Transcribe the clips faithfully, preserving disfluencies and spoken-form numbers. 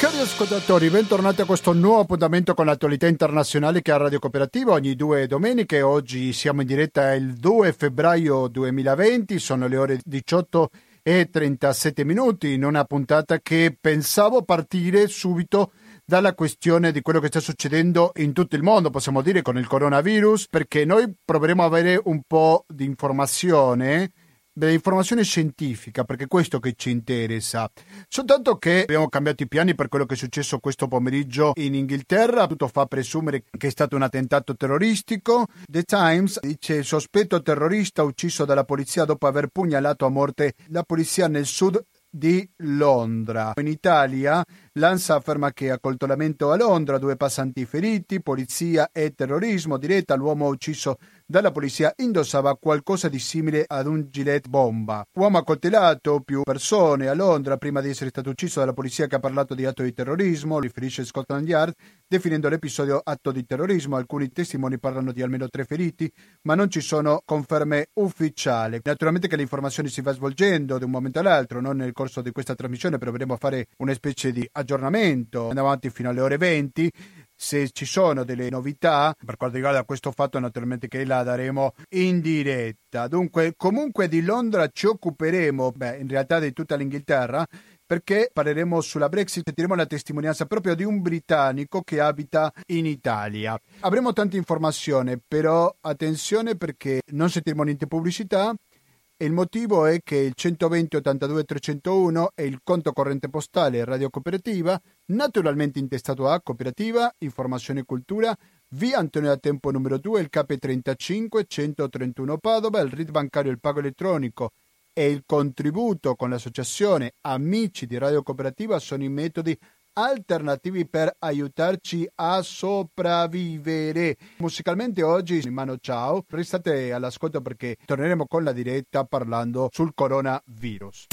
Cari ascoltatori, bentornati a questo nuovo appuntamento con l'attualità internazionale che è a Radio Cooperativa ogni due domeniche. Oggi siamo in diretta il due febbraio duemilaventi, sono le ore diciotto e trentasette minuti, in una puntata che pensavo partire subito dalla questione di quello che sta succedendo in tutto il mondo, possiamo dire, con il coronavirus, perché noi proveremo a avere un po' di informazione, dell'informazione scientifica, perché è questo che ci interessa. Soltanto che abbiamo cambiato i piani per quello che è successo questo pomeriggio in Inghilterra. Tutto fa presumere che è stato un attentato terroristico. The Times dice: il sospetto terrorista ucciso dalla polizia dopo aver pugnalato a morte la polizia nel sud di Londra. In Italia l'ANSA afferma che accoltellamento a Londra, due passanti feriti, polizia e terrorismo diretta. L'uomo ucciso dalla polizia indossava qualcosa di simile ad un gilet bomba. Uomo accoltellato, più persone a Londra prima di essere stato ucciso dalla polizia, che ha parlato di atto di terrorismo, riferisce Scotland Yard, definendo l'episodio atto di terrorismo. Alcuni testimoni parlano di almeno tre feriti, ma non ci sono conferme ufficiali. Naturalmente che l'informazione si va svolgendo da un momento all'altro, non nel corso di questa trasmissione proveremo a fare una specie di aggiornamento, andiamo avanti fino alle ore venti. Se ci sono delle novità per quanto riguarda questo fatto, naturalmente che la daremo in diretta. Dunque, comunque di Londra ci occuperemo, beh, in realtà di tutta l'Inghilterra, perché parleremo sulla Brexit, sentiremo la testimonianza proprio di un britannico che abita in Italia. Avremo tante informazioni, però attenzione perché non sentiremo niente pubblicità. Il motivo è che il centoventi ottantadue trecentouno è il conto corrente postale Radio Cooperativa, naturalmente intestato a Cooperativa, Informazione e Cultura, via Antonio da Tempo numero due, il K trentacinque centotrentuno Padova, il R I D bancario, il pago elettronico e il contributo con l'associazione Amici di Radio Cooperativa sono i metodi alternativi per aiutarci a sopravvivere. Musicalmente oggi in mano ciao, restate all'ascolto perché torneremo con la diretta parlando sul coronavirus.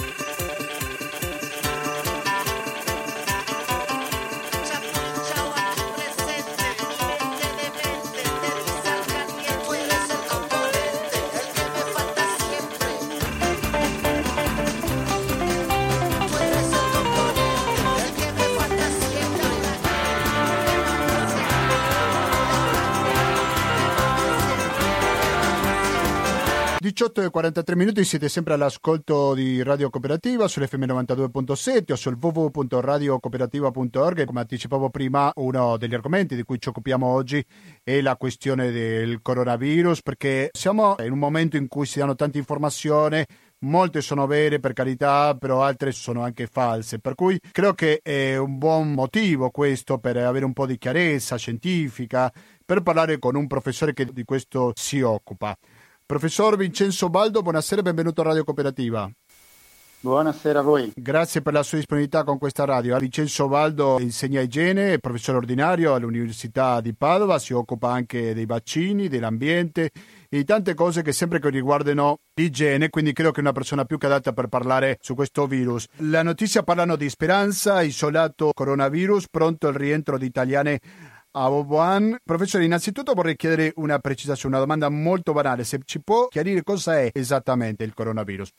diciotto e quarantatré minuti, siete sempre all'ascolto di Radio Cooperativa sull'F M novantadue virgola sette o sul w w w punto radio cooperativa punto org. Come anticipavo prima, uno degli argomenti di cui ci occupiamo oggi è la questione del coronavirus, perché siamo in un momento in cui si danno tante informazioni. Molte sono vere, per carità, però altre sono anche false, per cui credo che è un buon motivo questo per avere un po' di chiarezza scientifica, per parlare con un professore che di questo si occupa. Professor Vincenzo Baldo, buonasera e benvenuto a Radio Cooperativa. Buonasera a voi. Grazie per la sua disponibilità con questa radio. Vincenzo Baldo insegna igiene, è professore ordinario all'Università di Padova, si occupa anche dei vaccini, dell'ambiente e di tante cose che sempre che riguardano l'igiene, quindi credo che è una persona più che adatta per parlare su questo virus. La notizia parlano di Speranza, isolato coronavirus, pronto il rientro di italiane a Wuhan. Professore, innanzitutto vorrei chiedere una precisazione, una domanda molto banale, se ci può chiarire cosa è esattamente il coronavirus.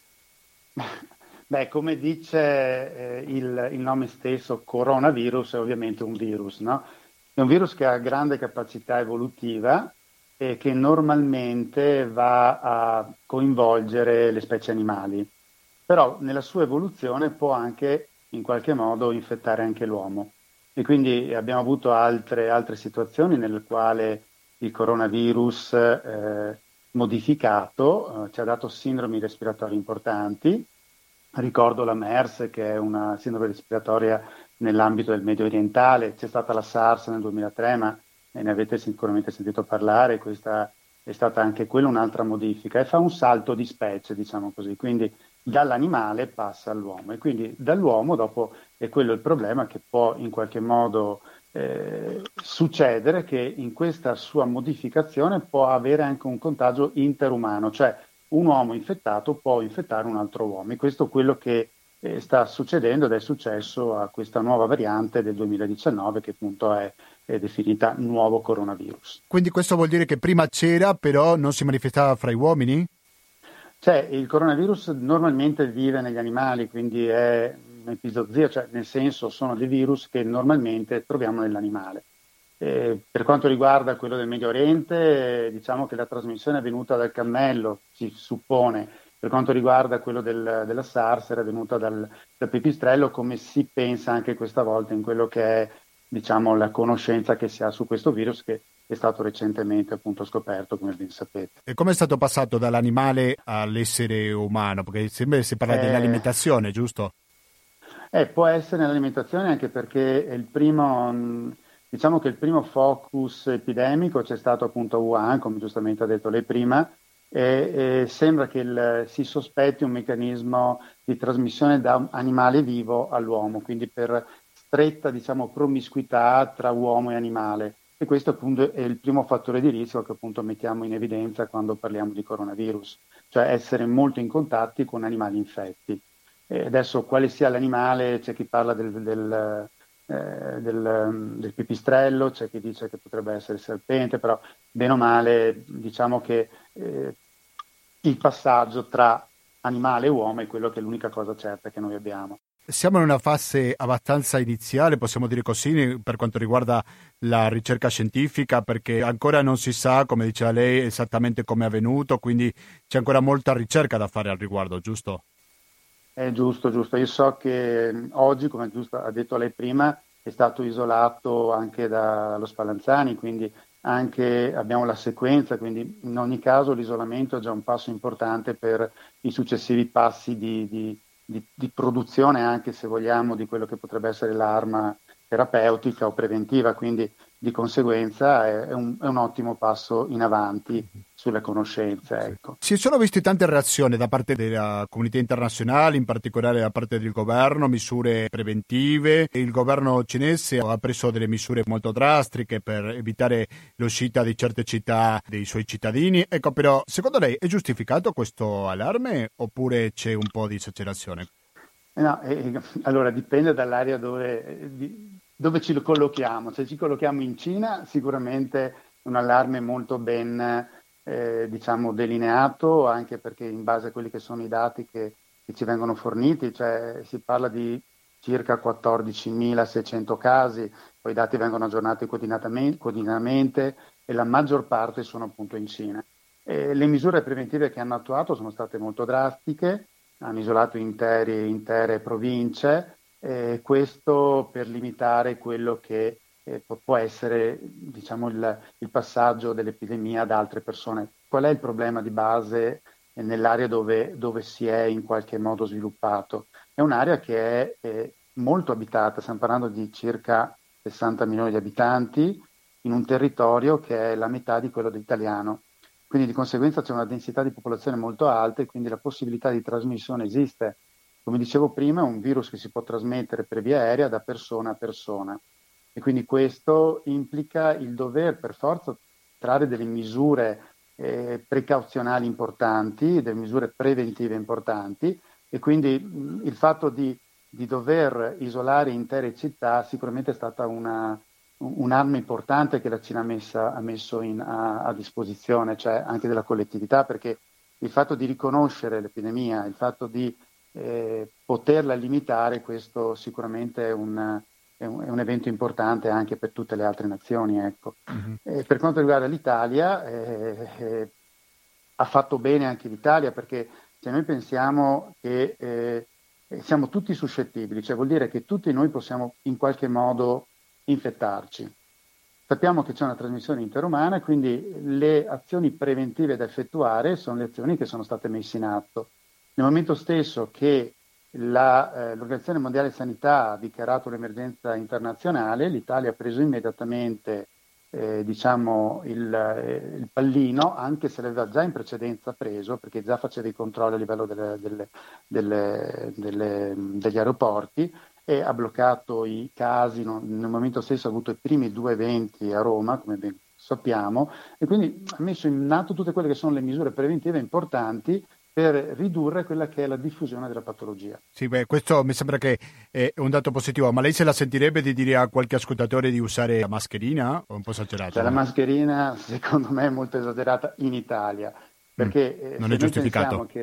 Beh, come dice eh, il, il nome stesso, coronavirus è ovviamente un virus, no? È un virus che ha grande capacità evolutiva e che normalmente va a coinvolgere le specie animali, però nella sua evoluzione può anche in qualche modo infettare anche l'uomo. E quindi abbiamo avuto altre, altre situazioni nelle quali il coronavirus eh, modificato eh, ci ha dato sindromi respiratori importanti. Ricordo la MERS, che è una sindrome respiratoria nell'ambito del medio orientale, c'è stata la SARS nel duemilatré, ma ne avete sicuramente sentito parlare, questa è stata anche quella un'altra modifica e fa un salto di specie, diciamo così, quindi dall'animale passa all'uomo e quindi dall'uomo dopo è quello il problema, che può in qualche modo eh, succedere che in questa sua modificazione può avere anche un contagio interumano, cioè un uomo infettato può infettare un altro uomo, e questo è quello che eh, sta succedendo ed è successo a questa nuova variante del duemiladiciannove, che appunto è, è definita nuovo coronavirus. Quindi questo vuol dire che prima c'era, però non si manifestava fra gli uomini? Cioè, il coronavirus normalmente vive negli animali, quindi è un'epizoosia, cioè nel senso sono dei virus che normalmente troviamo nell'animale. Eh, per quanto riguarda quello del Medio Oriente, eh, diciamo che la trasmissione è avvenuta dal cammello, si suppone. Per quanto riguarda quello del, della SARS era venuta dal, dal pipistrello, come si pensa anche questa volta in quello che è, diciamo, la conoscenza che si ha su questo virus, che è stato recentemente appunto scoperto, come ben sapete. E come è stato passato dall'animale all'essere umano? Perché sembra si parla eh, dell'alimentazione, giusto? Eh, può essere nell'alimentazione, anche perché è il primo, diciamo che il primo focus epidemico c'è stato appunto a Wuhan, come giustamente ha detto lei prima, e, e sembra che il, si sospetti un meccanismo di trasmissione da un animale vivo all'uomo, quindi per stretta, diciamo, promiscuità tra uomo e animale. E questo appunto è il primo fattore di rischio che appunto mettiamo in evidenza quando parliamo di coronavirus, cioè essere molto in contatti con animali infetti. E adesso quale sia l'animale, c'è chi parla del, del, eh, del, del pipistrello, c'è chi dice che potrebbe essere il serpente, però bene o male diciamo che eh, il passaggio tra animale e uomo è quello che è l'unica cosa certa che noi abbiamo. Siamo in una fase abbastanza iniziale, possiamo dire così, per quanto riguarda la ricerca scientifica, perché ancora non si sa, come diceva lei, esattamente come è avvenuto, quindi c'è ancora molta ricerca da fare al riguardo, giusto? È giusto, giusto. Io so che oggi, come giusto ha detto lei prima, è stato isolato anche dallo Spallanzani, quindi anche abbiamo la sequenza, quindi in ogni caso l'isolamento è già un passo importante per i successivi passi di, di Di, di produzione, anche se vogliamo, di quello che potrebbe essere l'arma terapeutica o preventiva, quindi di conseguenza è, è, un, è un ottimo passo in avanti sulle conoscenze. Ecco. Si sono viste tante reazioni da parte della comunità internazionale, in particolare da parte del governo, misure preventive. Il governo cinese ha preso delle misure molto drastiche per evitare l'uscita di certe città dei suoi cittadini. Ecco, però secondo lei è giustificato questo allarme oppure c'è un po' di esagerazione? No, eh, allora dipende dall'area dove, di, dove ci collochiamo. Se ci collochiamo in Cina, sicuramente un allarme molto ben eh, diciamo delineato, anche perché in base a quelli che sono i dati che, che ci vengono forniti, cioè si parla di circa quattordicimilaseicento casi, poi i dati vengono aggiornati quotidianamente e la maggior parte sono appunto in Cina. E le misure preventive che hanno attuato sono state molto drastiche, hanno isolato interi, intere province, eh, questo per limitare quello che eh, può essere, diciamo, il, il passaggio dell'epidemia ad altre persone. Qual è il problema di base eh, nell'area dove, dove si è in qualche modo sviluppato? È un'area che è eh, molto abitata, stiamo parlando di circa sessanta milioni di abitanti, in un territorio che è la metà di quello dell'italiano. Quindi di conseguenza c'è una densità di popolazione molto alta e quindi la possibilità di trasmissione esiste. Come dicevo prima, è un virus che si può trasmettere per via aerea da persona a persona e quindi questo implica il dover per forza trarre delle misure eh, precauzionali importanti, delle misure preventive importanti e quindi mh, il fatto di, di dover isolare intere città sicuramente è stata una un'arma importante che la Cina ha, messa, ha messo in, a, a disposizione, cioè anche della collettività, perché il fatto di riconoscere l'epidemia, il fatto di eh, poterla limitare, questo sicuramente è un, è, un, è un evento importante anche per tutte le altre nazioni. Ecco. Mm-hmm. E per quanto riguarda l'Italia, eh, eh, ha fatto bene anche l'Italia, perché se noi pensiamo che eh, siamo tutti suscettibili, cioè vuol dire che tutti noi possiamo in qualche modo infettarci. Sappiamo che c'è una trasmissione interumana e quindi le azioni preventive da effettuare sono le azioni che sono state messe in atto. Nel momento stesso che la, eh, l'Organizzazione Mondiale della Sanità ha dichiarato l'emergenza internazionale, l'Italia ha preso immediatamente eh, diciamo il, eh, il pallino, anche se l'aveva già in precedenza preso, perché già faceva i controlli a livello delle, delle, delle, delle, degli aeroporti, e ha bloccato i casi, no? Nel momento stesso ha avuto i primi due eventi a Roma, come ben sappiamo, e quindi ha messo in atto tutte quelle che sono le misure preventive importanti per ridurre quella che è la diffusione della patologia. Sì, beh, questo mi sembra che è un dato positivo, ma lei se la sentirebbe di dire a qualche ascoltatore di usare la mascherina o un po' esagerato? Cioè, la mascherina secondo me è molto esagerata in Italia, perché mm, non è giustificato. Che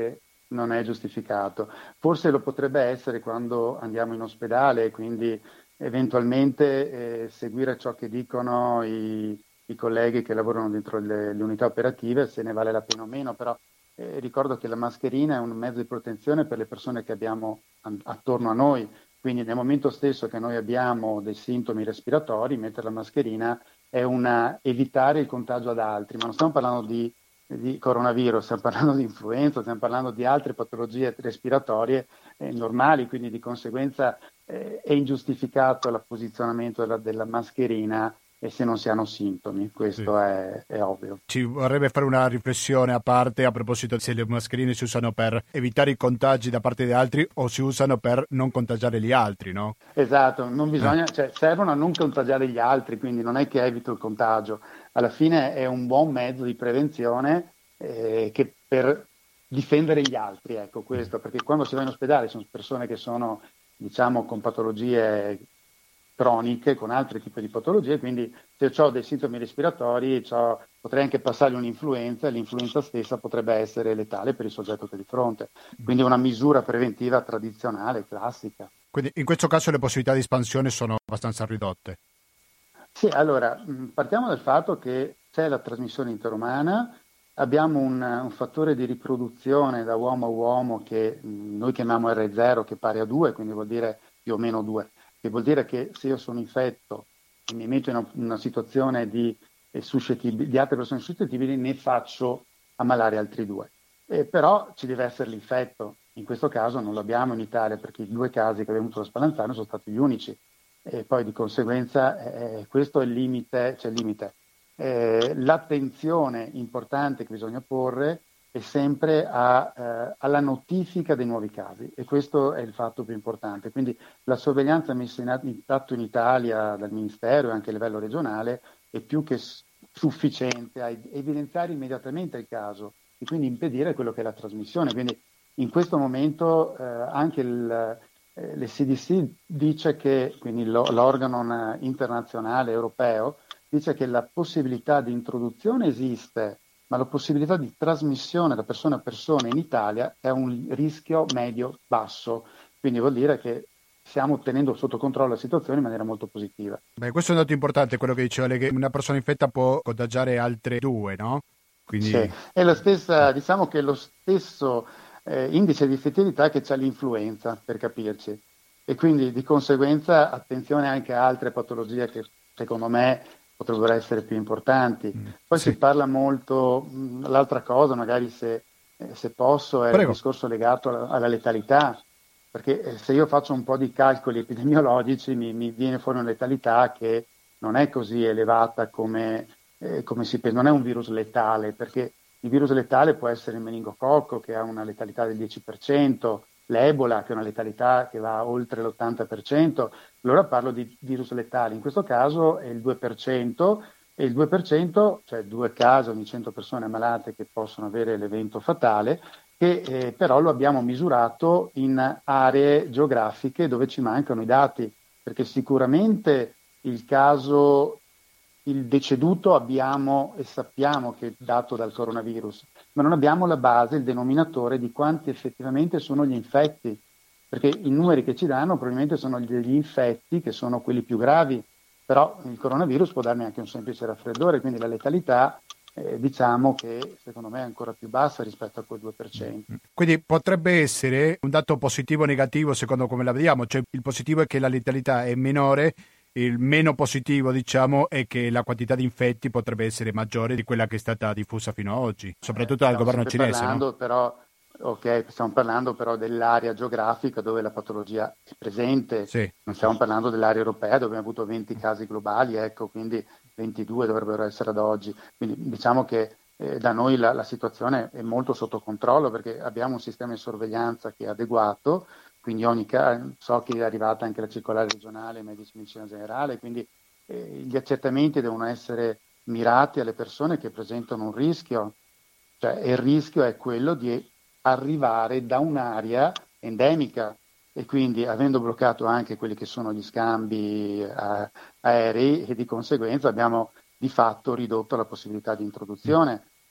non è giustificato. Forse lo potrebbe essere quando andiamo in ospedale e quindi eventualmente eh, seguire ciò che dicono i, i colleghi che lavorano dentro le, le unità operative, se ne vale la pena o meno, però eh, ricordo che la mascherina è un mezzo di protezione per le persone che abbiamo a, attorno a noi, quindi nel momento stesso che noi abbiamo dei sintomi respiratori, mettere la mascherina è una, evitare il contagio ad altri, ma non stiamo parlando di, di coronavirus, stiamo parlando di influenza, stiamo parlando di altre patologie respiratorie eh, normali, quindi di conseguenza eh, è ingiustificato il posizionamento della, della mascherina e se non si hanno sintomi, questo Sì. è, è ovvio. Ci vorrebbe fare una riflessione a parte a proposito se le mascherine si usano per evitare i contagi da parte di altri o si usano per non contagiare gli altri, no? Esatto, non bisogna, Eh. cioè, servono a non contagiare gli altri, quindi non è che evito il contagio, alla fine è un buon mezzo di prevenzione eh, che per difendere gli altri, ecco questo, perché quando si va in ospedale sono persone che sono, diciamo, con patologie croniche, con altri tipi di patologie, quindi se ho dei sintomi respiratori c'ho, potrei anche passargli un'influenza e l'influenza stessa potrebbe essere letale per il soggetto che è di fronte, quindi è una misura preventiva tradizionale, classica. Quindi in questo caso le possibilità di espansione sono abbastanza ridotte. Sì, allora, partiamo dal fatto che c'è la trasmissione interumana, abbiamo un, un fattore di riproduzione da uomo a uomo che noi chiamiamo erre zero, che è pari a due, quindi vuol dire più o meno due, che vuol dire che se io sono infetto e mi metto in una, una situazione di, eh, di altre persone suscettibili, ne faccio ammalare altri due. Eh, però ci deve essere l'infetto, in questo caso non lo abbiamo in Italia perché i due casi che abbiamo avuto da Spallanzani sono stati gli unici. E poi di conseguenza eh, questo è il limite, c'è il limite. Eh, l'attenzione importante che bisogna porre è sempre a, eh, alla notifica dei nuovi casi e questo è il fatto più importante. Quindi la sorveglianza messa in, in atto in Italia dal Ministero e anche a livello regionale è più che sufficiente a evidenziare immediatamente il caso e quindi impedire quello che è la trasmissione. Quindi in questo momento eh, anche il l'E C D C dice che, quindi l'organo internazionale europeo, dice che la possibilità di introduzione esiste, ma la possibilità di trasmissione da persona a persona in Italia è un rischio medio-basso. Quindi vuol dire che stiamo tenendo sotto controllo la situazione in maniera molto positiva. Beh, questo è un dato importante, quello che diceva lei, che una persona infetta può contagiare altre due, no? Quindi... Sì, è la stessa, diciamo che è lo stesso eh, indice di effettività che c'è l'influenza, per capirci. E quindi di conseguenza attenzione anche a altre patologie che secondo me potrebbero essere più importanti. Poi sì. si parla molto, mh, l'altra cosa magari se, eh, se posso, è Prego. il discorso legato alla, alla letalità, perché eh, se io faccio un po' di calcoli epidemiologici mi, mi viene fuori una letalità che non è così elevata come, eh, come si pensa, non è un virus letale, perché il virus letale può essere il meningococco che ha una letalità del dieci per cento, l'Ebola che ha una letalità che va oltre l'ottanta per cento, allora parlo di virus letali, in questo caso è il due per cento e il due per cento, cioè due casi ogni cento persone ammalate che possono avere l'evento fatale, che eh, però lo abbiamo misurato in aree geografiche dove ci mancano i dati, perché sicuramente il caso, il deceduto abbiamo e sappiamo che è dato dal coronavirus, ma non abbiamo la base, il denominatore di quanti effettivamente sono gli infetti, perché i numeri che ci danno probabilmente sono degli infetti che sono quelli più gravi, però il coronavirus può darne anche un semplice raffreddore, quindi la letalità eh, diciamo che secondo me è ancora più bassa rispetto a quel due per cento. Quindi potrebbe essere un dato positivo o negativo secondo come la vediamo, cioè il positivo è che la letalità è minore, il meno positivo diciamo è che la quantità di infetti potrebbe essere maggiore di quella che è stata diffusa fino ad oggi, soprattutto eh, dal governo cinese, parlando, no? però, ok, stiamo parlando però dell'area geografica dove la patologia è presente, Sì. non stiamo parlando dell'area europea dove abbiamo avuto venti casi globali, ecco, quindi ventidue dovrebbero essere ad oggi, quindi diciamo che eh, da noi la, la situazione è molto sotto controllo perché abbiamo un sistema di sorveglianza che è adeguato, quindi ogni caso, so che è arrivata anche la circolare regionale, medici di medicina generale, quindi eh, gli accertamenti devono essere mirati alle persone che presentano un rischio, cioè il rischio è quello di arrivare da un'area endemica e quindi avendo bloccato anche quelli che sono gli scambi eh, aerei e di conseguenza abbiamo di fatto ridotto la possibilità di introduzione.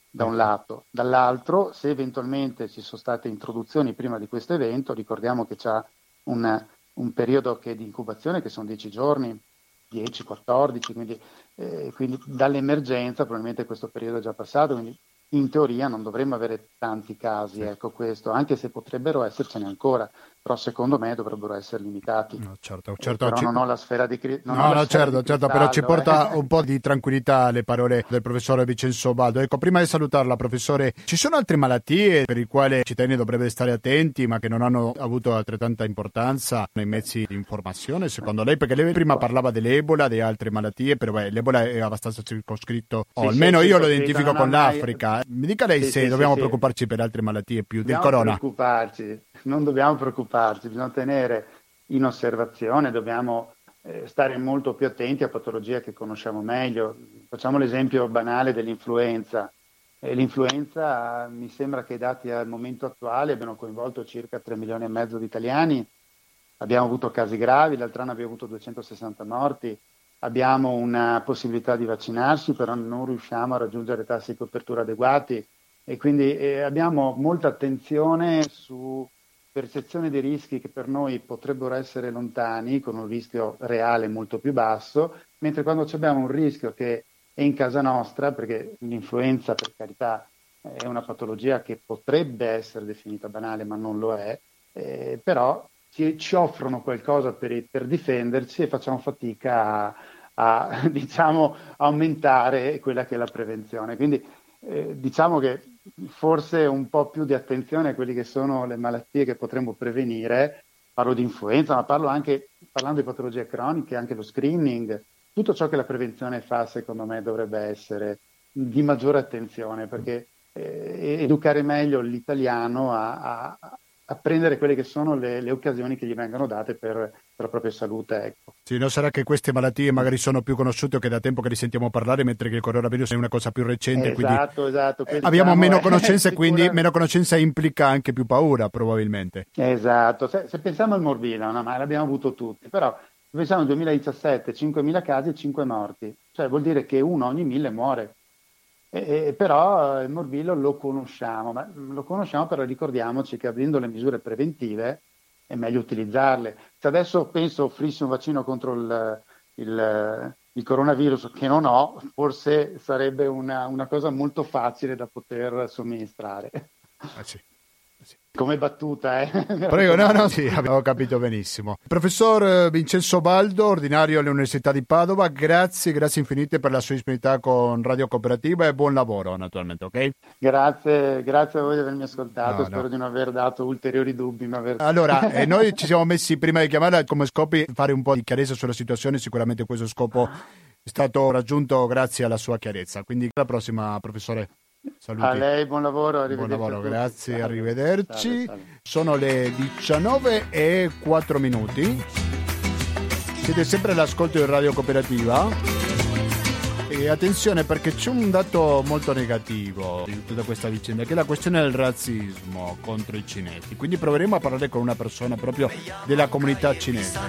da un lato. Dall'altro, se eventualmente ci sono state introduzioni prima di questo evento, ricordiamo che c'è un, un periodo che di incubazione che sono dieci giorni, dieci, quattordici, quindi, eh, quindi dall'emergenza probabilmente questo periodo è già passato, quindi in teoria non dovremmo avere tanti casi, ecco questo, anche se potrebbero essercene ancora, però secondo me dovrebbero essere limitati. No, certo, Eh, certo, però ci... non ho la sfera di cri... non No, ho la no, sfera certo, di certo, però ci porta eh. un po' di tranquillità le parole del professore Vincenzo Baldo. Ecco, prima di salutarla, professore, ci sono altre malattie per le quali i cittadini dovrebbero stare attenti, ma che non hanno avuto altrettanta importanza nei mezzi di informazione, secondo lei? Perché lei prima parlava dell'Ebola, di altre malattie, però beh, l'Ebola è abbastanza circoscritto, o Sì, almeno sì, io lo circoscritto, identifico non ha con mai- l'Africa. Mi dica lei Sì, se sì, dobbiamo sì, sì. preoccuparci per altre malattie più del Dobbiamo corona. preoccuparci, non dobbiamo preoccuparci, bisogna tenere in osservazione, dobbiamo eh, stare molto più attenti a patologie che conosciamo meglio. Facciamo l'esempio banale dell'influenza. Eh, l'influenza, eh, mi sembra che i dati al momento attuale abbiano coinvolto circa tre milioni e mezzo di italiani, abbiamo avuto casi gravi, l'altro anno abbiamo avuto duecentosessanta morti, abbiamo una possibilità di vaccinarsi, però non riusciamo a raggiungere tassi di copertura adeguati e quindi eh, abbiamo molta attenzione su percezione dei rischi che per noi potrebbero essere lontani, con un rischio reale molto più basso, mentre quando abbiamo un rischio che è in casa nostra, perché l'influenza per carità è una patologia che potrebbe essere definita banale ma non lo è, eh, però ci, ci offrono qualcosa per, per difenderci e facciamo fatica a, a diciamo, aumentare quella che è la prevenzione. Quindi eh, diciamo che forse un po' più di attenzione a quelle che sono le malattie che potremmo prevenire, parlo di influenza, ma parlo anche, parlando di patologie croniche, anche lo screening, tutto ciò che la prevenzione fa secondo me dovrebbe essere di maggiore attenzione, perché eh, educare meglio l'italiano a, a, a prendere quelle che sono le, le occasioni che gli vengono date per, per la propria salute. Ecco. Sì, non sarà che queste malattie magari sono più conosciute, che da tempo che li sentiamo parlare, mentre che il coronavirus è una cosa più recente, Esatto, quindi esatto. eh, abbiamo Diciamo, meno eh, conoscenza e quindi sicuramente... meno conoscenza implica anche più paura probabilmente. Esatto, se, se pensiamo al morbillo, no, ma l'abbiamo avuto tutti, però se pensiamo al duemiladiciassette, cinquemila casi e cinque morti, cioè vuol dire che uno ogni mille muore. E, e, però il morbillo lo conosciamo, ma lo conosciamo, però ricordiamoci che avendo le misure preventive è meglio utilizzarle. Se adesso penso offrissi un vaccino contro il, il, il coronavirus che non ho, forse sarebbe una, una cosa molto facile da poter somministrare. Ah, sì. Sì. Come battuta, eh? Prego, no, no, sì, abbiamo capito benissimo. Professor Vincenzo Baldo, ordinario all'Università di Padova, grazie, grazie infinite per la sua disponibilità con Radio Cooperativa e buon lavoro, naturalmente, ok? Grazie, grazie a voi di avermi ascoltato, No, spero no. di non aver dato ulteriori dubbi. Ma aver... Allora, eh, noi ci siamo messi prima di chiamarla come scopi fare un po' di chiarezza sulla situazione, sicuramente questo scopo è stato raggiunto grazie alla sua chiarezza, quindi alla prossima, professore. Saluti. A lei, buon lavoro, arrivederci. Buon lavoro, grazie, salve, arrivederci. salve, salve. Sono le diciannove e quattro minuti. Siete sempre all'ascolto di Radio Cooperativa. E attenzione perché c'è un dato molto negativo in tutta questa vicenda, che è la questione del razzismo contro i cinesi. Quindi proveremo a parlare con una persona proprio della comunità cinese.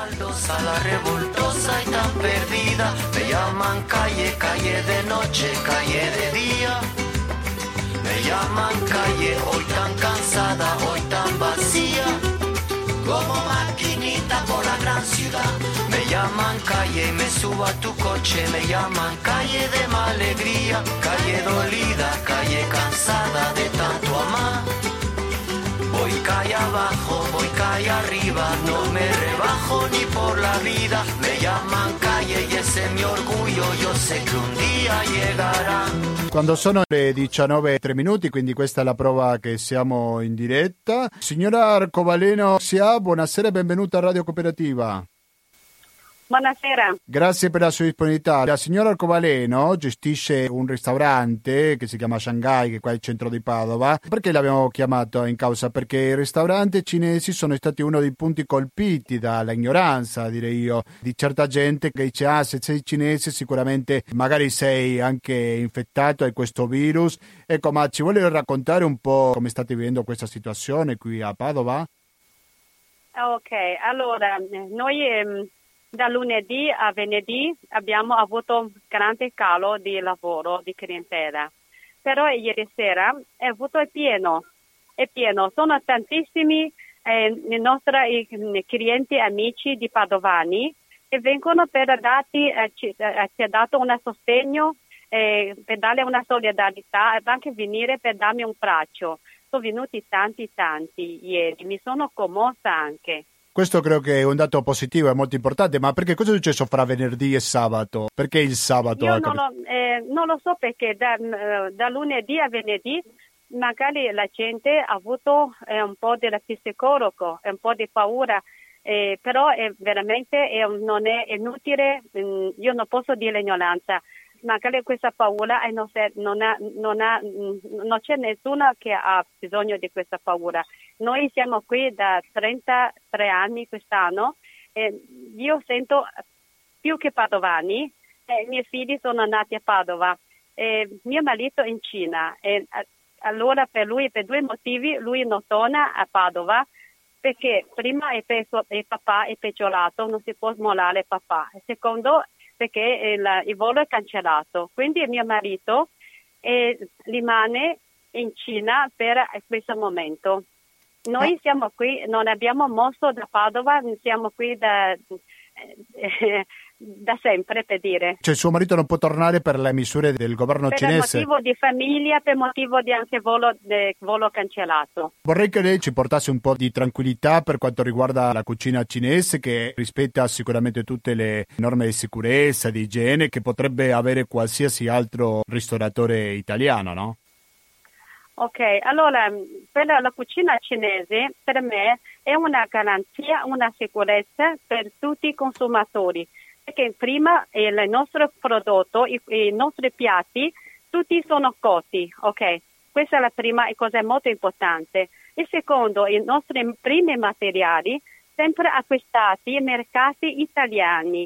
Me llaman calle, hoy tan cansada, hoy tan vacía, como maquinita por la gran ciudad. Me llaman calle y me subo a tu coche, me llaman calle de más alegría, calle dolida, calle cansada de tanto amar. Voy calle abajo, voy calle arriba, no me rebajo ni por la vida. Me llaman calle y ese es mi orgullo, yo sé que un día llegará. Quando sono le diciannove e tre minuti, quindi questa è la prova che siamo in diretta. Signora Arcobaleno, sia buonasera e benvenuta a Radio Cooperativa. Buonasera. Grazie per la sua disponibilità. La signora Arcobaleno gestisce un ristorante che si chiama Shanghai, che è qua al centro di Padova. Perché l'abbiamo chiamato in causa? Perché i ristoranti cinesi sono stati uno dei punti colpiti dalla ignoranza, direi io, di certa gente che dice ah, se sei cinese sicuramente magari sei anche infettato hai questo virus. Ecco, ma ci vuole raccontare un po' come state vivendo questa situazione qui a Padova? Ok, allora noi ehm, da lunedì a venerdì abbiamo avuto un grande calo di lavoro, di clientela. però ieri sera è avuto il pieno, è pieno, sono tantissimi eh, i nostri i, clienti amici di Padovani che vengono per darti, eh, ci, eh, ci ha dato un sostegno, eh, per darle una solidarietà e anche venire per darmi un braccio. Sono venuti tanti tanti ieri, mi sono commossa anche. Questo credo che è un dato positivo, è molto importante, ma perché cosa è successo fra venerdì e sabato? Perché il sabato? Io non lo, eh, non lo so perché da, da lunedì a venerdì magari la gente ha avuto eh, un po' di psicologo, un po' di paura, eh, però è veramente è, non è inutile, mh, io non posso dire ignoranza. Magari questa paura eh, non, non, ha, non, ha, non c'è nessuno che ha bisogno di questa paura. Noi siamo qui da trentatré anni quest'anno e io sento più che padovani, eh, i miei figli sono nati a Padova, eh, mio marito è in Cina e allora per lui per due motivi lui non torna a Padova perché prima il, peso, il papà è peggiorato, non si può smollare il papà, e secondo perché il, il volo è cancellato. Quindi il mio marito eh, rimane in Cina per questo momento. Noi siamo qui, non abbiamo mosso da Padova, siamo qui da, eh, da sempre, per dire. Cioè suo marito non può tornare per le misure del governo per cinese? Per motivo di famiglia, per motivo di anche volo, de, volo cancellato. Vorrei che lei ci portasse un po' di tranquillità per quanto riguarda la cucina cinese, che rispetta sicuramente tutte le norme di sicurezza, di igiene, che potrebbe avere qualsiasi altro ristoratore italiano, no? Ok, allora per la cucina cinese per me è una garanzia, una sicurezza per tutti i consumatori, perché prima il nostro prodotto, i, i nostri piatti, tutti sono cotti, ok? Questa è la prima cosa molto importante. Il secondo, i nostri primi materiali sempre acquistati in mercati italiani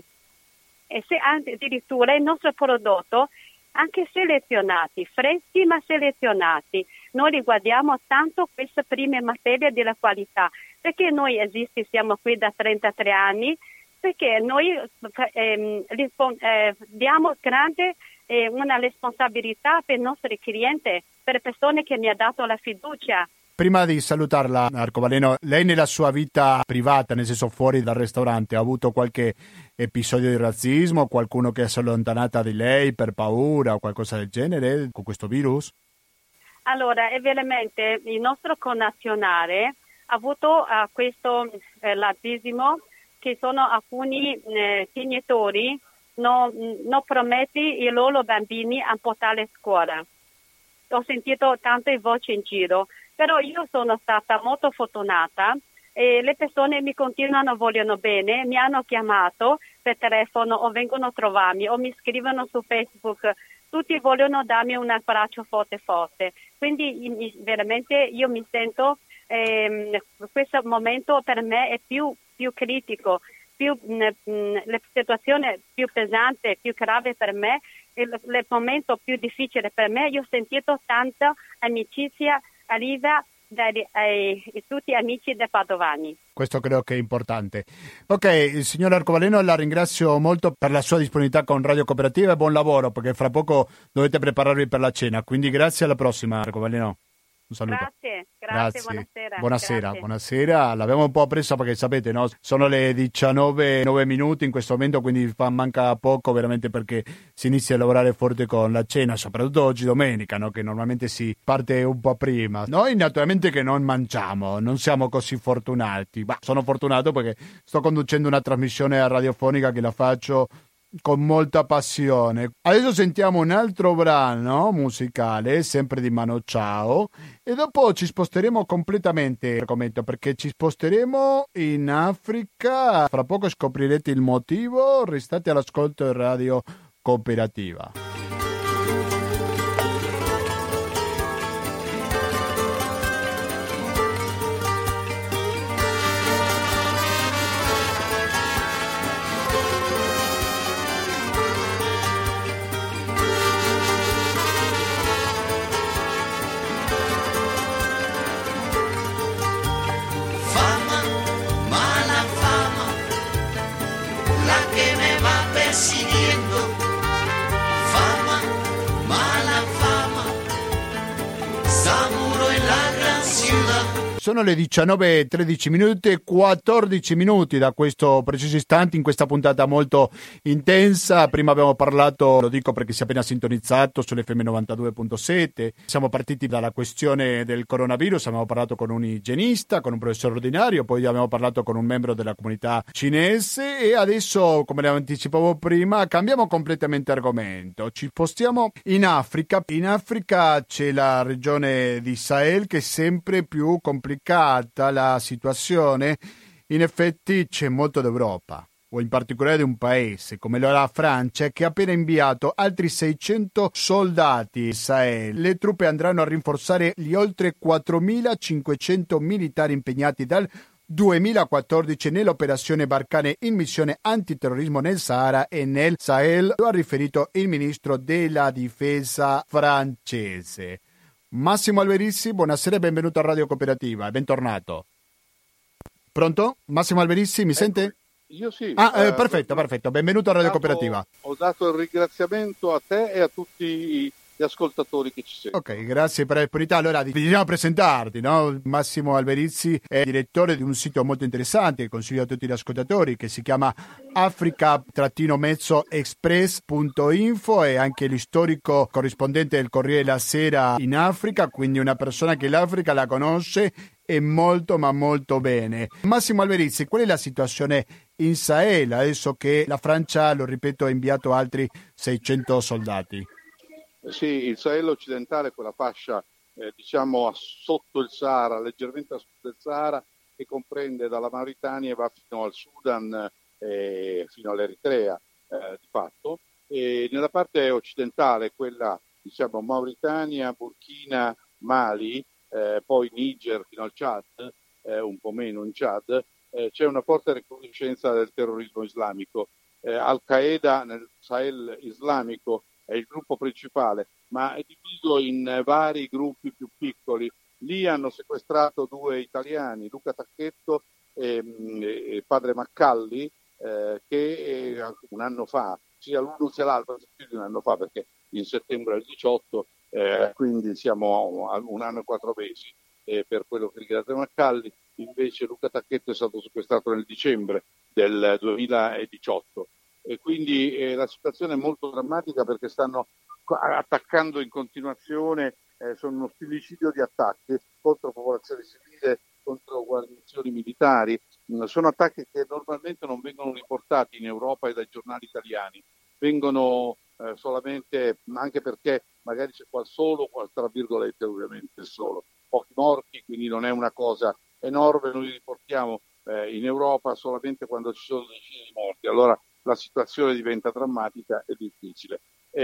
e se addirittura il nostro prodotto anche selezionati, freschi ma selezionati. Noi riguardiamo tanto queste prime materie della qualità, perché noi esisti, siamo qui da trentatré anni, perché noi ehm, rispon- eh, diamo grande eh, una responsabilità per i nostri clienti, per le persone che mi hanno dato la fiducia. Prima di salutarla, Arcobaleno, lei nella sua vita privata, nel senso fuori dal ristorante, ha avuto qualche episodio di razzismo, qualcuno che si è allontanata di lei per paura o qualcosa del genere con questo virus? Allora, è veramente il nostro connazionale ha avuto uh, questo eh, razzismo, che sono alcuni eh, genitori non, non prometti i loro bambini a portare a scuola. Ho sentito tante voci in giro, però io sono stata molto fortunata e le persone mi continuano, vogliono bene, mi hanno chiamato per telefono o vengono a trovarmi o mi scrivono su Facebook, tutti vogliono darmi un abbraccio forte forte. Quindi veramente io mi sento, ehm, questo momento per me è più, più critico, più, mh, la situazione più pesante, più grave per me, il, il momento più difficile per me. Io ho sentito tanta amicizia arriva dai ai, tutti amici dei padovani. Questo credo che è importante. Ok, signor Arcobaleno, la ringrazio molto per la sua disponibilità con Radio Cooperativa e buon lavoro, perché fra poco dovete prepararvi per la cena. Quindi grazie, alla prossima, Arcobaleno. Un saluto. Grazie, grazie, grazie. Buonasera. Buonasera, grazie. buonasera. L'abbiamo un po' presa perché sapete, no? Sono le diciannove e nove minuti in questo momento, quindi manca poco veramente perché si inizia a lavorare forte con la cena, soprattutto oggi domenica, no? Che normalmente si parte un po' prima. Noi naturalmente che non mangiamo, non siamo così fortunati. Ma sono fortunato perché sto conducendo una trasmissione radiofonica che la faccio con molta passione. Adesso sentiamo un altro brano musicale, sempre di Mano Chao, e dopo ci sposteremo completamente argomento, perché ci sposteremo in Africa. Fra poco scoprirete il motivo. Restate all'ascolto di Radio Cooperativa. Persiguiendo fama, mala fama, Sono le diciannove e tredici minuti e quattordici minuti da questo preciso istante in questa puntata molto intensa. Prima abbiamo parlato, lo dico perché si è appena sintonizzato, sull'F M novantadue virgola sette. Siamo partiti dalla questione del coronavirus, abbiamo parlato con un igienista, con un professore ordinario, poi abbiamo parlato con un membro della comunità cinese e adesso, come le anticipavo prima, cambiamo completamente argomento. Ci spostiamo in Africa. In Africa c'è la regione di Sahel che è sempre più complicata la situazione. In effetti c'è molto d'Europa, o in particolare di un paese come la Francia, che ha appena inviato altri seicento soldati in Sahel. Le truppe andranno a rinforzare gli oltre quattromilacinquecento militari impegnati dal duemilaquattordici nell'operazione Barkhane in missione antiterrorismo nel Sahara e nel Sahel, lo ha riferito il ministro della difesa francese. Massimo Alberizzi, buonasera e benvenuto a Radio Cooperativa, bentornato. Pronto? Massimo Alberizzi, mi ecco, sente? Io sì. Ah, eh, perfetto, eh, perfetto, benvenuto a Radio dato, Cooperativa. Ho dato il ringraziamento a te e a tutti gli ascoltatori che ci seguono. Ok, grazie per la disponibilità. Allora, bisogna presentarti, no? Massimo Alberizzi è direttore di un sito molto interessante che consiglio a tutti gli ascoltatori, che si chiama africa mezzo express punto info, e anche l'istorico corrispondente del Corriere della Sera in Africa, quindi una persona che l'Africa la conosce e molto ma molto bene. Massimo Alberizzi, qual è la situazione in Sahel adesso che la Francia, lo ripeto, ha inviato altri seicento soldati? Sì, il Sahel occidentale, quella fascia eh, diciamo sotto il Sahara, leggermente a sud del Sahara, che comprende dalla Mauritania e va fino al Sudan e fino all'Eritrea eh, di fatto. E nella parte occidentale, quella diciamo Mauritania, Burkina, Mali, eh, poi Niger fino al Chad, eh, un po' meno in Chad, eh, c'è una forte recrudescenza del terrorismo islamico. Eh, Al-Qaeda nel Sahel islamico è il gruppo principale, ma è diviso in vari gruppi più piccoli. Lì hanno sequestrato due italiani, Luca Tacchetto e, e padre Maccalli, eh, che eh, un anno fa, sia l'uno sia l'altro, più di un anno fa, perché in settembre del diciotto, eh, quindi siamo a un anno e quattro mesi eh, per quello che riguarda Maccalli. Invece Luca Tacchetto è stato sequestrato nel dicembre del duemiladiciotto. E quindi eh, la situazione è molto drammatica perché stanno attaccando in continuazione, eh, sono uno stillicidio di attacchi contro popolazione civile, contro guarnizioni militari. Mm, sono attacchi che normalmente non vengono riportati in Europa e dai giornali italiani, vengono eh, solamente, anche perché magari c'è qual solo, qual, tra virgolette ovviamente solo, pochi morti, quindi non è una cosa enorme, noi li riportiamo eh, in Europa solamente quando ci sono decine di morti. Allora la situazione diventa drammatica e difficile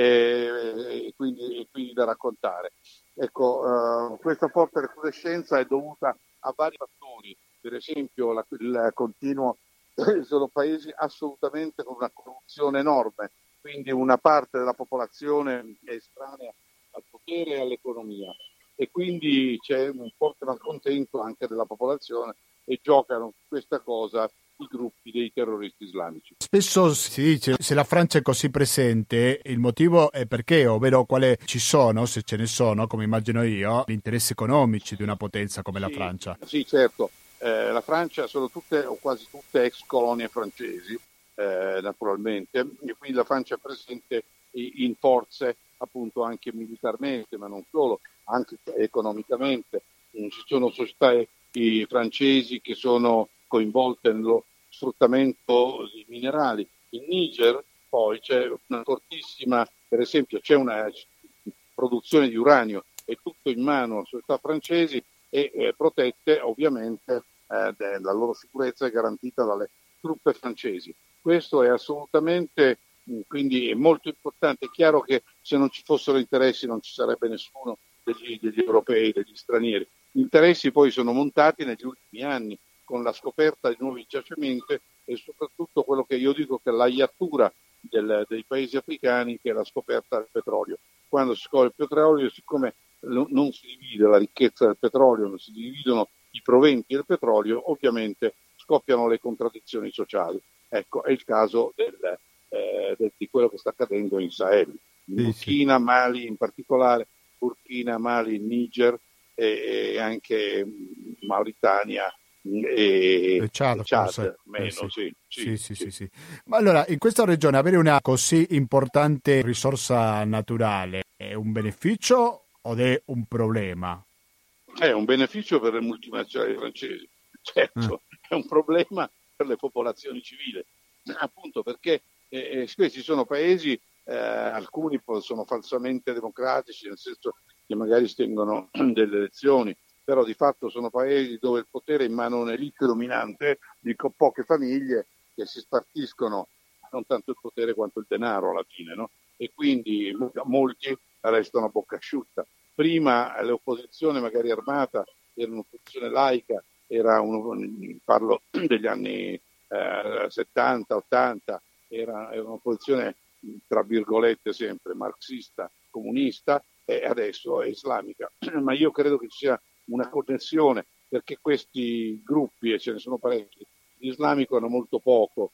e, e, quindi, e quindi da raccontare. Ecco, uh, questa forte recrudescenza è dovuta a vari fattori, per esempio la, il continuo, sono paesi assolutamente con una corruzione enorme, quindi una parte della popolazione è estranea al potere e all'economia e quindi c'è un forte malcontento anche della popolazione e giocano questa cosa i gruppi dei terroristi islamici. Spesso si dice se la Francia è così presente il motivo è perché, ovvero quale ci sono, se ce ne sono, come immagino io, gli interessi economici di una potenza come sì, la Francia. Sì, certo. Eh, la Francia sono tutte o quasi tutte ex colonie francesi, eh, naturalmente, e quindi la Francia è presente in forze appunto anche militarmente, ma non solo, anche economicamente. Ci sono società i francesi che sono coinvolte nello sfruttamento di minerali. In Niger poi c'è una fortissima, per esempio c'è una produzione di uranio, è tutto in mano a società francesi e eh, protette ovviamente, eh, la loro sicurezza è garantita dalle truppe francesi. Questo è assolutamente, quindi è molto importante. È chiaro che se non ci fossero interessi non ci sarebbe nessuno degli, degli europei, degli stranieri. Gli interessi poi sono montati negli ultimi anni con la scoperta di nuovi giacimenti e soprattutto quello che io dico che è la iattura del, dei paesi africani, che è la scoperta del petrolio. Quando si scopre il petrolio, siccome non si divide la ricchezza del petrolio, non si dividono i proventi del petrolio, ovviamente scoppiano le contraddizioni sociali. Ecco, è il caso del, eh, del, di quello che sta accadendo in Sahel, in Burkina, Mali in particolare, Burkina, Mali, Niger, e, e anche Mauritania e, e Chad, Chad meno, eh, sì. Sì, sì, Sì, sì, sì. sì, sì. Ma allora, in questa regione avere una così importante risorsa naturale è un beneficio o è un problema? È un beneficio per le multinazionali francesi, certo, eh. È un problema per le popolazioni civili, appunto perché eh, questi sono paesi, eh, alcuni sono falsamente democratici, nel senso che magari si tengono delle elezioni, però di fatto sono paesi dove il potere è in mano a un'elite dominante di poche famiglie che si spartiscono non tanto il potere quanto il denaro alla fine, no? E quindi molti restano a bocca asciutta. Prima l'opposizione magari armata era un'opposizione laica, era uno, parlo degli anni eh, settanta ottanta, era, era un'opposizione tra virgolette sempre marxista, comunista, e adesso è islamica. Ma io credo che ci sia una connessione, perché questi gruppi, e ce ne sono parecchi, l'islamico hanno molto poco,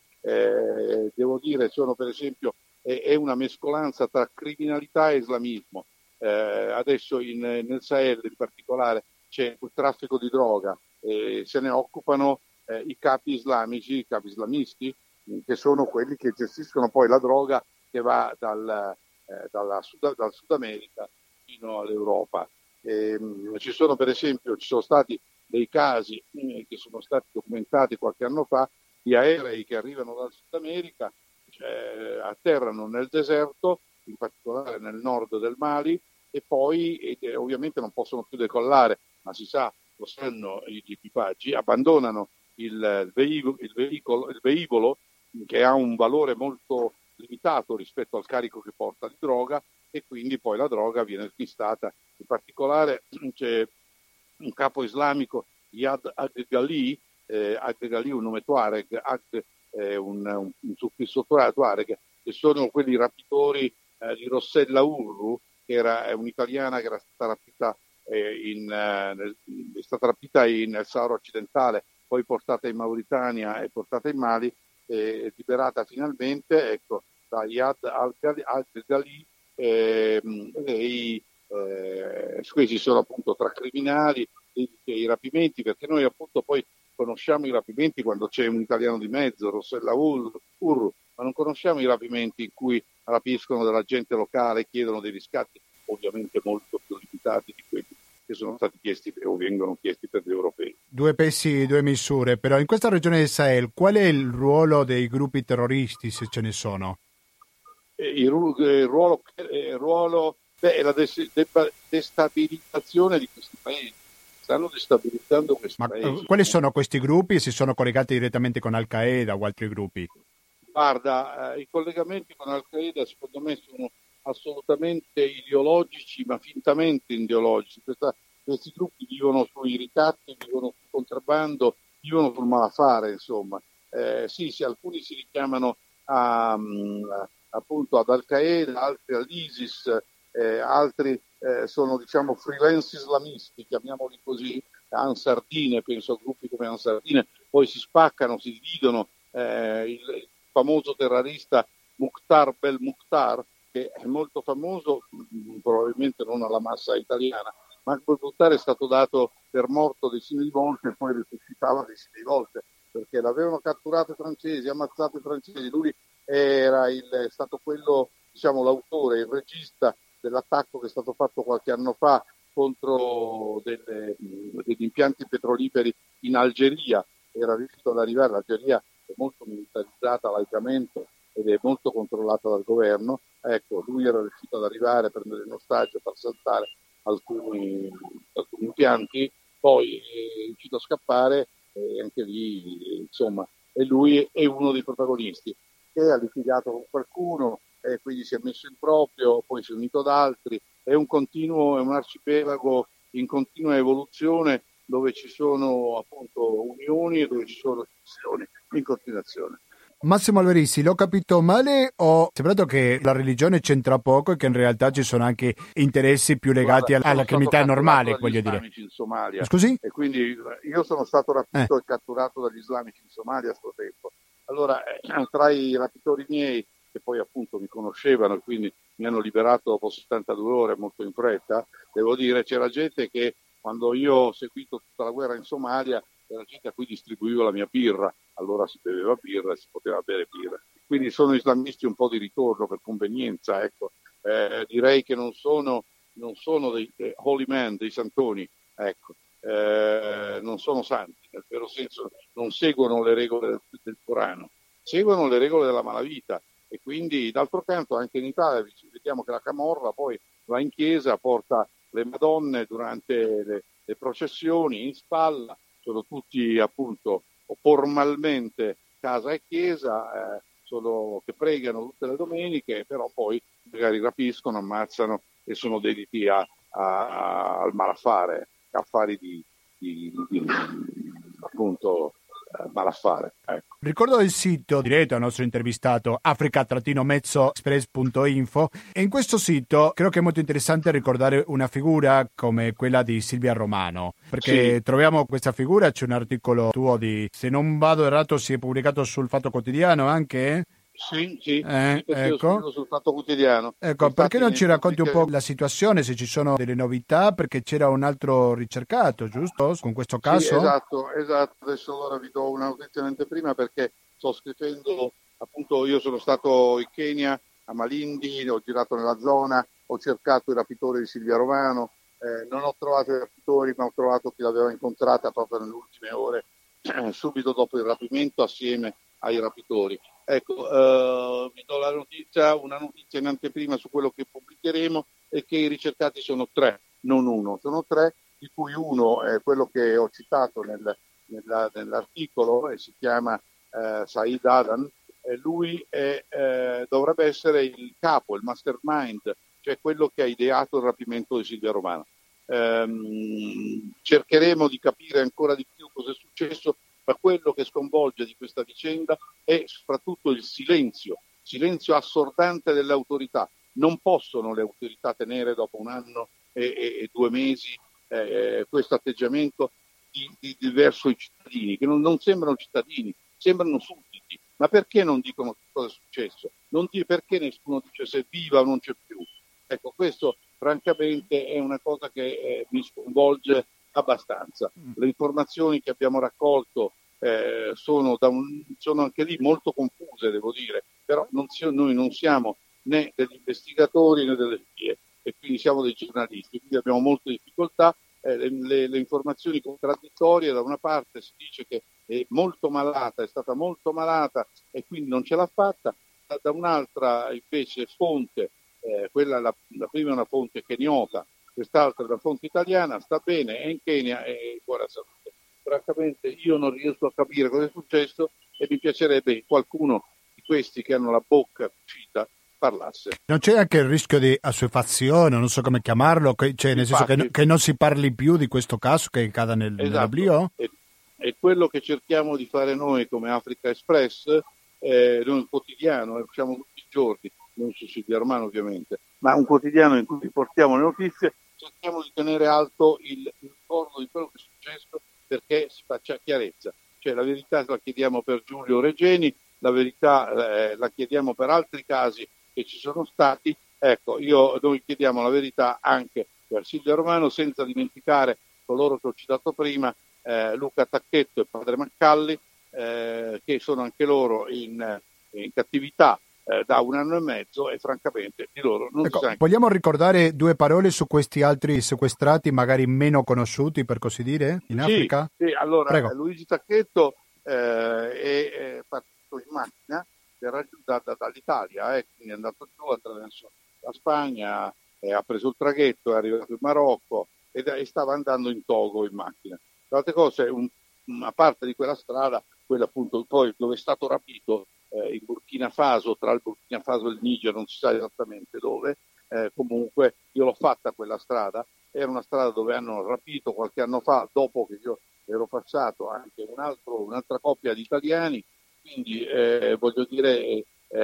eh, devo dire, sono per esempio, è, è una mescolanza tra criminalità e islamismo. Eh, adesso in, nel Sahel in particolare c'è il traffico di droga, eh, se ne occupano eh, i capi islamici, i capi islamisti, che sono quelli che gestiscono poi la droga che va dal, eh, dalla Sud, dal Sud America fino all'Europa. Eh, ci sono per esempio, ci sono stati dei casi eh, che sono stati documentati qualche anno fa di aerei che arrivano dal Sud America, cioè, atterrano nel deserto, in particolare nel nord del Mali, e poi eh, ovviamente non possono più decollare, ma si sa, lo sanno gli equipaggi, abbandonano il veicolo, il veicolo, il veicolo che ha un valore molto limitato rispetto al carico che porta di droga, e quindi poi la droga viene smistata. In particolare c'è un capo islamico, Yad Ag-Ghali, eh, Ag-Ghali un nome Tuareg, Ag è un, un, un suffisso Tuareg, che sono quelli rapitori eh, di Rossella Urru, che era è un'italiana che era stata rapita eh, in, eh, nel, è stata rapita in, nel Sahara occidentale, poi portata in Mauritania e portata in Mali, e liberata finalmente, ecco, da Yad al-Ghali. Eh, lei, eh, questi sono appunto tra criminali e, e i rapimenti, perché noi appunto poi conosciamo i rapimenti quando c'è un italiano di mezzo, Rossella Urru, ma non conosciamo i rapimenti in cui rapiscono della gente locale e chiedono dei riscatti ovviamente molto più limitati di quelli che sono stati chiesti o vengono chiesti per gli europei. Due pesi, due misure, però in questa regione del Sahel qual è il ruolo dei gruppi terroristi, se ce ne sono? Il, il ruolo, il ruolo beh, è la des, de, destabilizzazizione di questi paesi. Stanno destabilizzando questi Ma paesi. Quali sono questi gruppi? Si sono collegati direttamente con Al-Qaeda o altri gruppi? Guarda, eh, i collegamenti con Al-Qaeda secondo me sono assolutamente ideologici, ma fintamente ideologici. Questa, questi gruppi vivono sui ricatti, vivono sul contrabbando, vivono sul malaffare, insomma. Eh, sì, sì, alcuni si richiamano a, a, appunto ad Al-Qaeda, altri all'ISIS, eh, altri eh, sono diciamo freelance islamisti, chiamiamoli così, Ansardine, penso a gruppi come Ansardine, poi si spaccano, si dividono. Eh, il, il famoso terrorista Mukhtar Belmokhtar, che è molto famoso, probabilmente non alla massa italiana, ma Belmokhtar è stato dato per morto decine di volte e poi risuscitava decine di volte, perché l'avevano catturato i francesi, ammazzato i francesi, lui era il, è stato quello, diciamo, l'autore, il regista dell'attacco che è stato fatto qualche anno fa contro delle, degli impianti petroliferi in Algeria. Era riuscito ad arrivare, l'Algeria è molto militarizzata laicamente ed è molto controllata dal governo, ecco, lui era riuscito ad arrivare, a prendere in ostaggio, far saltare alcuni, alcuni impianti, poi è riuscito a scappare e anche lì, insomma, e lui è uno dei protagonisti, che ha litigato con qualcuno e quindi si è messo in proprio, poi si è unito ad altri, è un continuo, è un arcipelago in continua evoluzione, dove ci sono appunto unioni e dove ci sono scissioni in continuazione. Massimo Alberisi, l'ho capito male o è sembrato che la religione c'entra poco e che in realtà ci sono anche interessi più legati Guarda, alla criminalità normale, voglio dire? In Somalia, Scusi? E quindi io sono stato rapito eh. e catturato dagli islamici in Somalia a suo tempo. Allora, eh, tra i rapitori miei, che poi appunto mi conoscevano e quindi mi hanno liberato dopo settantadue ore molto in fretta, devo dire, c'era gente che quando io ho seguito tutta la guerra in Somalia, la gente a cui distribuivo la mia birra, allora si beveva birra e si poteva bere birra. Quindi sono islamisti un po' di ritorno per convenienza, ecco. Eh, direi che non sono, non sono dei eh, holy men, dei santoni, ecco. Eh, non sono santi, nel vero senso non seguono le regole del, del Corano, seguono le regole della malavita, e quindi d'altro canto anche in Italia vediamo che la camorra poi va in chiesa, porta le Madonne durante le, le processioni in spalla, sono tutti appunto formalmente casa e chiesa, eh, sono, che pregano tutte le domeniche, però poi magari rapiscono, ammazzano e sono dediti a, a, al malaffare, affari di, di, di, di appunto eh, malaffare. Ecco. Ricordo il sito diretto al nostro intervistato africa mezzo express punto info, e in questo sito credo che è molto interessante ricordare una figura come quella di Silvia Romano, perché sì. troviamo questa figura, c'è un articolo tuo di, se non vado errato, si è pubblicato sul Fatto Quotidiano anche. Sì, sì, eh, ecco. sul Fatto Quotidiano. Ecco, Infatti, perché non ci racconti un po' che... la situazione, se ci sono delle novità, perché c'era un altro ricercato, giusto? Con questo caso? Sì, esatto, esatto. Adesso allora vi do una notizia in anteprima, perché sto scrivendo, appunto io sono stato in Kenya, a Malindi, ho girato nella zona, ho cercato i rapitori di Silvia Romano, eh, non ho trovato i rapitori, ma ho trovato chi l'aveva incontrata proprio nelle ultime ore, eh, subito dopo il rapimento, assieme ai rapitori. Ecco, eh, vi do la notizia, una notizia in anteprima su quello che pubblicheremo, è che i ricercati sono tre, non uno, sono tre, di cui uno è quello che ho citato nel, nella, nell'articolo, e si chiama eh, Said Adan, e lui è, eh, dovrebbe essere il capo, il mastermind, cioè quello che ha ideato il rapimento di Silvia Romano. Ehm, cercheremo di capire ancora di più cosa è successo, ma quello che sconvolge di questa vicenda è soprattutto il silenzio, silenzio assordante delle autorità. Non possono le autorità tenere dopo un anno e, e, e due mesi eh, questo atteggiamento di, di, di verso i cittadini, che non, non sembrano cittadini, sembrano sudditi. Ma perché non dicono cosa è successo? Non di, perché nessuno dice se è viva o non c'è più? Ecco, questo francamente è una cosa che eh, mi sconvolge abbastanza. Le informazioni che abbiamo raccolto eh, sono, da un, sono anche lì molto confuse, devo dire, però non si, noi non siamo né degli investigatori né delle spie, e quindi siamo dei giornalisti, quindi abbiamo molte difficoltà. Eh, le, le, le informazioni contraddittorie: da una parte si dice che è molto malata, è stata molto malata e quindi non ce l'ha fatta, da, da un'altra invece fonte, eh, quella la, la prima è una fonte keniota, quest'altra è una fonte italiana, sta bene, è in Kenya e è in buona salute. Francamente io non riesco a capire cosa è successo, e mi piacerebbe che qualcuno di questi che hanno la bocca uscita parlasse. Non c'è anche il rischio di assuefazione, non so come chiamarlo, cioè nel senso che, che non si parli più di questo caso, che cada nel, esatto. nell'oblio? È, è quello che cerchiamo di fare noi come Africa Express, eh, noi un quotidiano, lo facciamo tutti i giorni, non su Silvia Romano ovviamente, ma un quotidiano in cui riportiamo le notizie. Cerchiamo di tenere alto il ricordo di quello che è successo, perché si faccia chiarezza. Cioè la verità la chiediamo per Giulio Regeni, la verità eh, la chiediamo per altri casi che ci sono stati. Ecco, io, noi chiediamo la verità anche per Silvia Romano, senza dimenticare coloro che ho citato prima, eh, Luca Tacchetto e padre Maccalli, eh, che sono anche loro in, in cattività Eh, da un anno e mezzo, e francamente di loro non ecco, si sa. Vogliamo ricordare due parole su questi altri sequestrati, magari meno conosciuti, per così dire, in sì, Africa? Sì, allora Prego. Luigi Tacchetto eh, è, è partito in macchina, è raggiunta dall'Italia, eh, quindi è andato giù attraverso la Spagna, eh, ha preso il traghetto, è arrivato in Marocco ed, e stava andando in Togo in macchina. Tra altre cose, un, una parte di quella strada, quella appunto poi dove è stato rapito, Eh, in Burkina Faso, tra il Burkina Faso e il Niger, non si sa esattamente dove, eh, comunque io l'ho fatta quella strada, era una strada dove hanno rapito qualche anno fa, dopo che io ero passato, anche un altro, un'altra coppia di italiani, quindi eh, voglio dire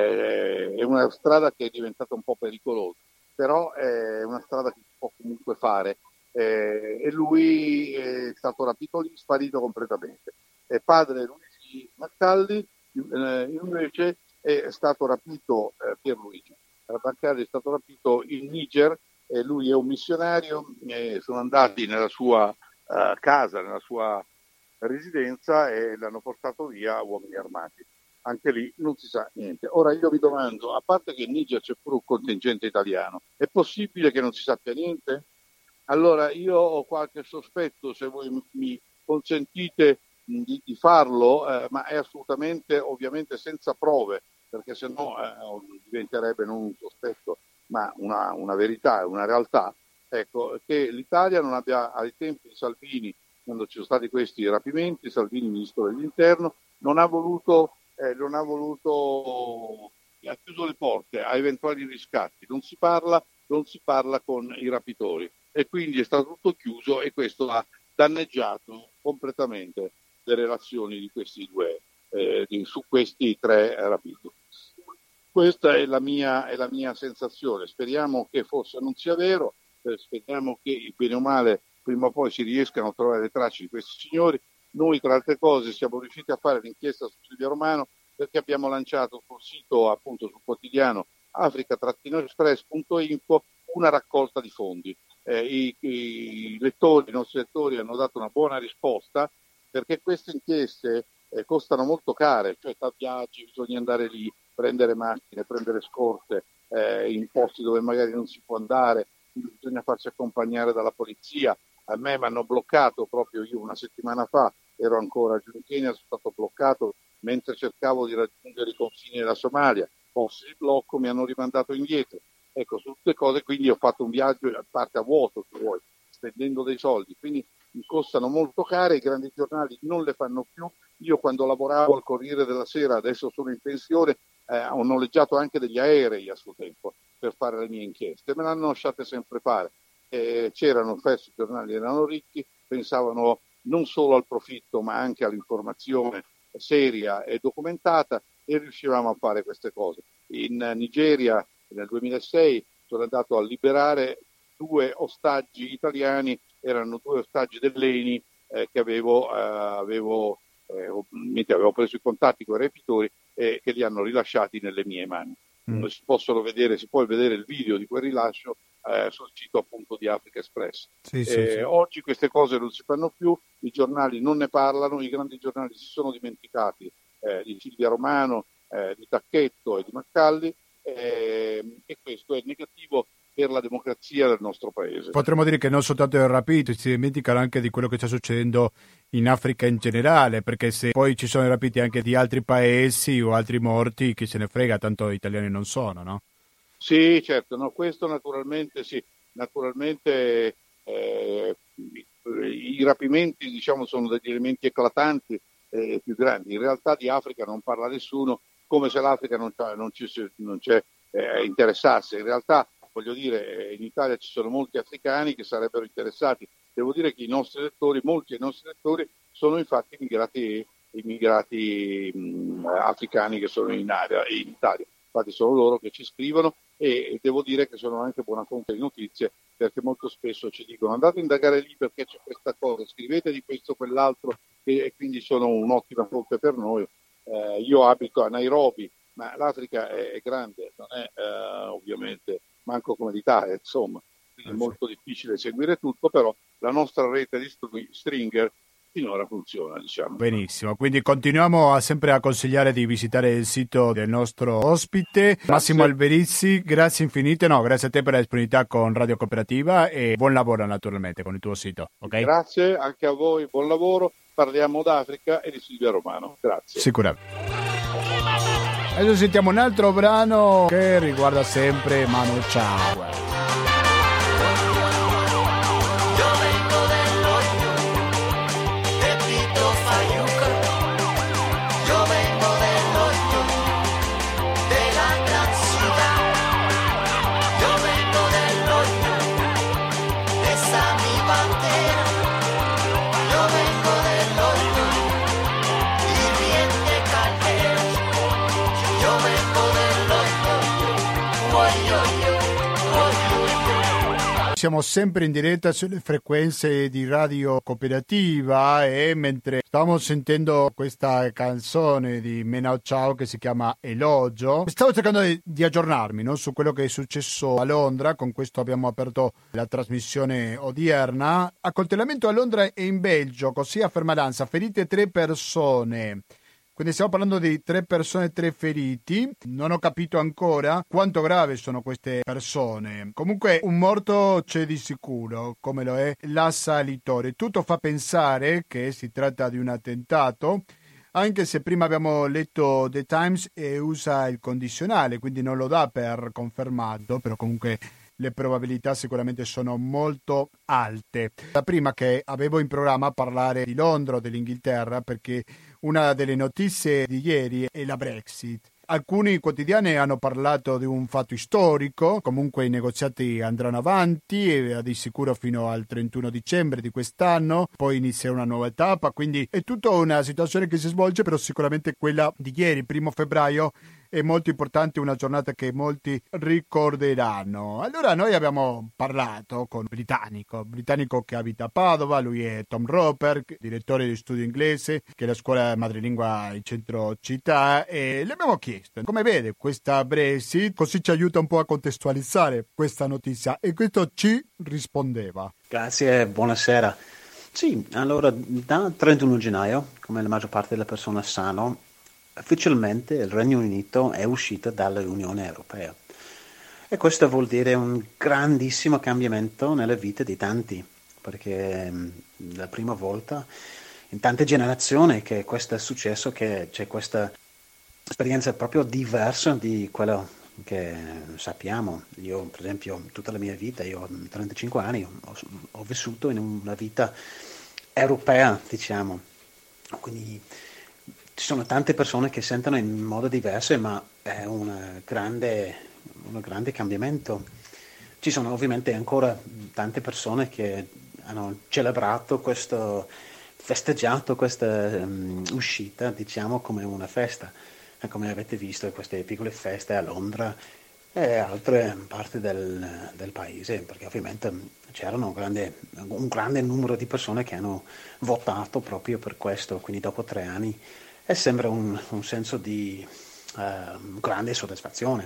eh, è una strada che è diventata un po' pericolosa, però è una strada che si può comunque fare, eh, e lui è stato rapito lì, sparito completamente. E padre Luigi Maccalli invece è stato rapito, eh, Pierluigi Maccalli è stato rapito in Niger, e lui è un missionario, e sono andati nella sua uh, casa, nella sua residenza e l'hanno portato via uomini armati. Anche lì non si sa niente. Ora io mi domando, a parte che in Niger c'è pure un contingente italiano, è possibile che non si sappia niente? Allora io ho qualche sospetto, se voi mi consentite di, di farlo, eh, ma è assolutamente ovviamente senza prove, perché sennò eh, diventerebbe non un sospetto ma una, una verità, una realtà. Ecco, che l'Italia non abbia, ai tempi di Salvini, quando ci sono stati questi rapimenti, Salvini ministro dell'interno, non ha voluto, eh, non ha voluto, ha chiuso le porte a eventuali riscatti, non si parla, non si parla con i rapitori e quindi è stato tutto chiuso e questo ha danneggiato completamente le relazioni di questi due, eh, di, su questi tre rapiti. Questa è la mia, è la mia sensazione, speriamo che forse non sia vero, eh, speriamo che bene o male prima o poi si riescano a trovare le tracce di questi signori. Noi tra altre cose siamo riusciti a fare l'inchiesta su Silvio Romano perché abbiamo lanciato sul sito, appunto sul quotidiano africa express punto info una raccolta di fondi. Eh, i, i lettori, i nostri lettori hanno dato una buona risposta perché queste inchieste eh, costano molto care, cioè da viaggi, bisogna andare lì, prendere macchine, prendere scorte eh, in posti dove magari non si può andare, bisogna farsi accompagnare dalla polizia. A me mi hanno bloccato proprio io una settimana fa, ero ancora giù in Kenya, sono stato bloccato mentre cercavo di raggiungere i confini della Somalia, posti di blocco mi hanno rimandato indietro. Ecco, su tutte cose, quindi ho fatto un viaggio a parte a vuoto, se vuoi, spendendo dei soldi, quindi mi costano molto care, i grandi giornali non le fanno più. Io quando lavoravo al Corriere della Sera, adesso sono in pensione, eh, ho noleggiato anche degli aerei a suo tempo per fare le mie inchieste, me l'hanno lasciate sempre fare. Eh, c'erano, questi giornali erano ricchi, pensavano non solo al profitto ma anche all'informazione seria e documentata e riuscivamo a fare queste cose. In Nigeria nel duemilasei sono andato a liberare due ostaggi italiani, erano due ostaggi dell'E N I eh, che avevo, eh, avevo, eh, avevo preso i contatti con i rapitori e che li hanno rilasciati nelle mie mani. Mm. Si possono vedere, si può vedere il video di quel rilascio eh, sul sito appunto di Africa Express. Sì, sì, eh, sì. Oggi queste cose non si fanno più, i giornali non ne parlano, i grandi giornali si sono dimenticati eh, di Silvia Romano, eh, di Tacchetto e di Maccalli. Eh, e questo è negativo per la democrazia del nostro paese. Potremmo dire che non soltanto è rapito, si dimenticano anche di quello che sta succedendo in Africa in generale, perché se poi ci sono i rapiti anche di altri paesi o altri morti, chi se ne frega, tanto italiani non sono, no? Sì, certo, no, questo naturalmente sì, naturalmente eh, i, i rapimenti diciamo sono degli elementi eclatanti e eh, più grandi. In realtà di Africa non parla nessuno, come se l'Africa non, non ci non c'è eh, interessasse. In realtà, voglio dire, in Italia ci sono molti africani che sarebbero interessati. Devo dire che i nostri lettori, molti dei nostri lettori, sono infatti immigrati, immigrati mh, africani che sono in, area, in Italia. Infatti sono loro che ci scrivono e, e devo dire che sono anche buona fonte di notizie, perché molto spesso ci dicono andate a indagare lì perché c'è questa cosa, scrivete di questo o quell'altro e, e quindi sono un'ottima fonte per noi. Eh, io abito a Nairobi, ma l'Africa è, è grande, non è eh, ovviamente manco come l'Italia, insomma, quindi è molto difficile seguire tutto, però la nostra rete di Stringer finora funziona, diciamo. Benissimo, quindi continuiamo a sempre a consigliare di visitare il sito del nostro ospite, grazie. Massimo Alberizi, grazie infinite, no, grazie a te per la disponibilità con Radio Cooperativa e buon lavoro naturalmente con il tuo sito, ok? Grazie, anche a voi, buon lavoro. Parliamo d'Africa e di Silvia Romano. Grazie. Sicuramente. Adesso sentiamo un altro brano che riguarda sempre Manu Chao. Yo vengo del hoyo, siamo sempre in diretta sulle frequenze di Radio Cooperativa e mentre stavamo sentendo questa canzone di Menao Ciao che si chiama Elogio, stavo cercando di, di aggiornarmi, no, su quello che è successo a Londra. Con questo abbiamo aperto la trasmissione odierna. Accoltellamento a Londra e in Belgio, così afferma l'ANSA, ferite tre persone. Quindi stiamo parlando di tre persone, tre feriti. Non ho capito ancora quanto grave sono queste persone. Comunque un morto c'è di sicuro, come lo è l'assalitore. Tutto fa pensare che si tratta di un attentato, anche se prima abbiamo letto The Times e usa il condizionale, quindi non lo dà per confermato, però comunque le probabilità sicuramente sono molto alte. La prima che avevo in programma parlare di Londra o dell'Inghilterra, perché una delle notizie di ieri è la Brexit. Alcuni quotidiani hanno parlato di un fatto storico, comunque i negoziati andranno avanti e di sicuro fino al trentuno dicembre di quest'anno, poi inizia una nuova tappa, quindi è tutta una situazione che si svolge, però sicuramente quella di ieri, primo febbraio, è molto importante, una giornata che molti ricorderanno. Allora noi abbiamo parlato con un britannico, britannico che abita a Padova, lui è Tom Roper, direttore di studio inglese, che è la scuola madrelingua in centro città, e le abbiamo chiesto come vede questa Brexit, così ci aiuta un po' a contestualizzare questa notizia, e questo ci rispondeva. Grazie, buonasera. Sì, allora da trentuno gennaio, come la maggior parte delle persone sanno, ufficialmente il Regno Unito è uscito dall'Unione Europea e questo vuol dire un grandissimo cambiamento nella vita di tanti, perché è la prima volta in tante generazioni che questo è successo, che c'è questa esperienza proprio diversa di quello che sappiamo. Io per esempio tutta la mia vita, io ho trentacinque anni, ho, ho vissuto in una vita europea, diciamo, quindi ci sono tante persone che sentono in modo diverso, ma è un grande, un grande cambiamento. Ci sono ovviamente ancora tante persone che hanno celebrato questo, festeggiato questa um, uscita, diciamo, come una festa. E come avete visto, queste piccole feste a Londra e altre parti del, del paese, perché ovviamente c'erano un grande, un grande numero di persone che hanno votato proprio per questo, quindi dopo tre anni. E sembra un, un senso di uh, grande soddisfazione.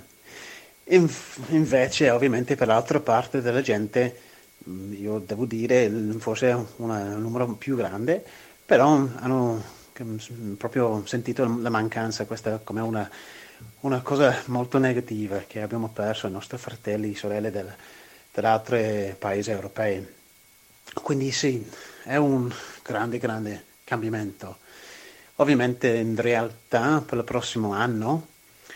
In, invece, ovviamente, per l'altra parte della gente, io devo dire, forse una, un numero più grande, però hanno proprio sentito la mancanza, questa come una, una cosa molto negativa, che abbiamo perso i nostri fratelli e sorelle del, degli altri paesi europei. Quindi sì, è un grande, grande cambiamento. Ovviamente in realtà per il prossimo anno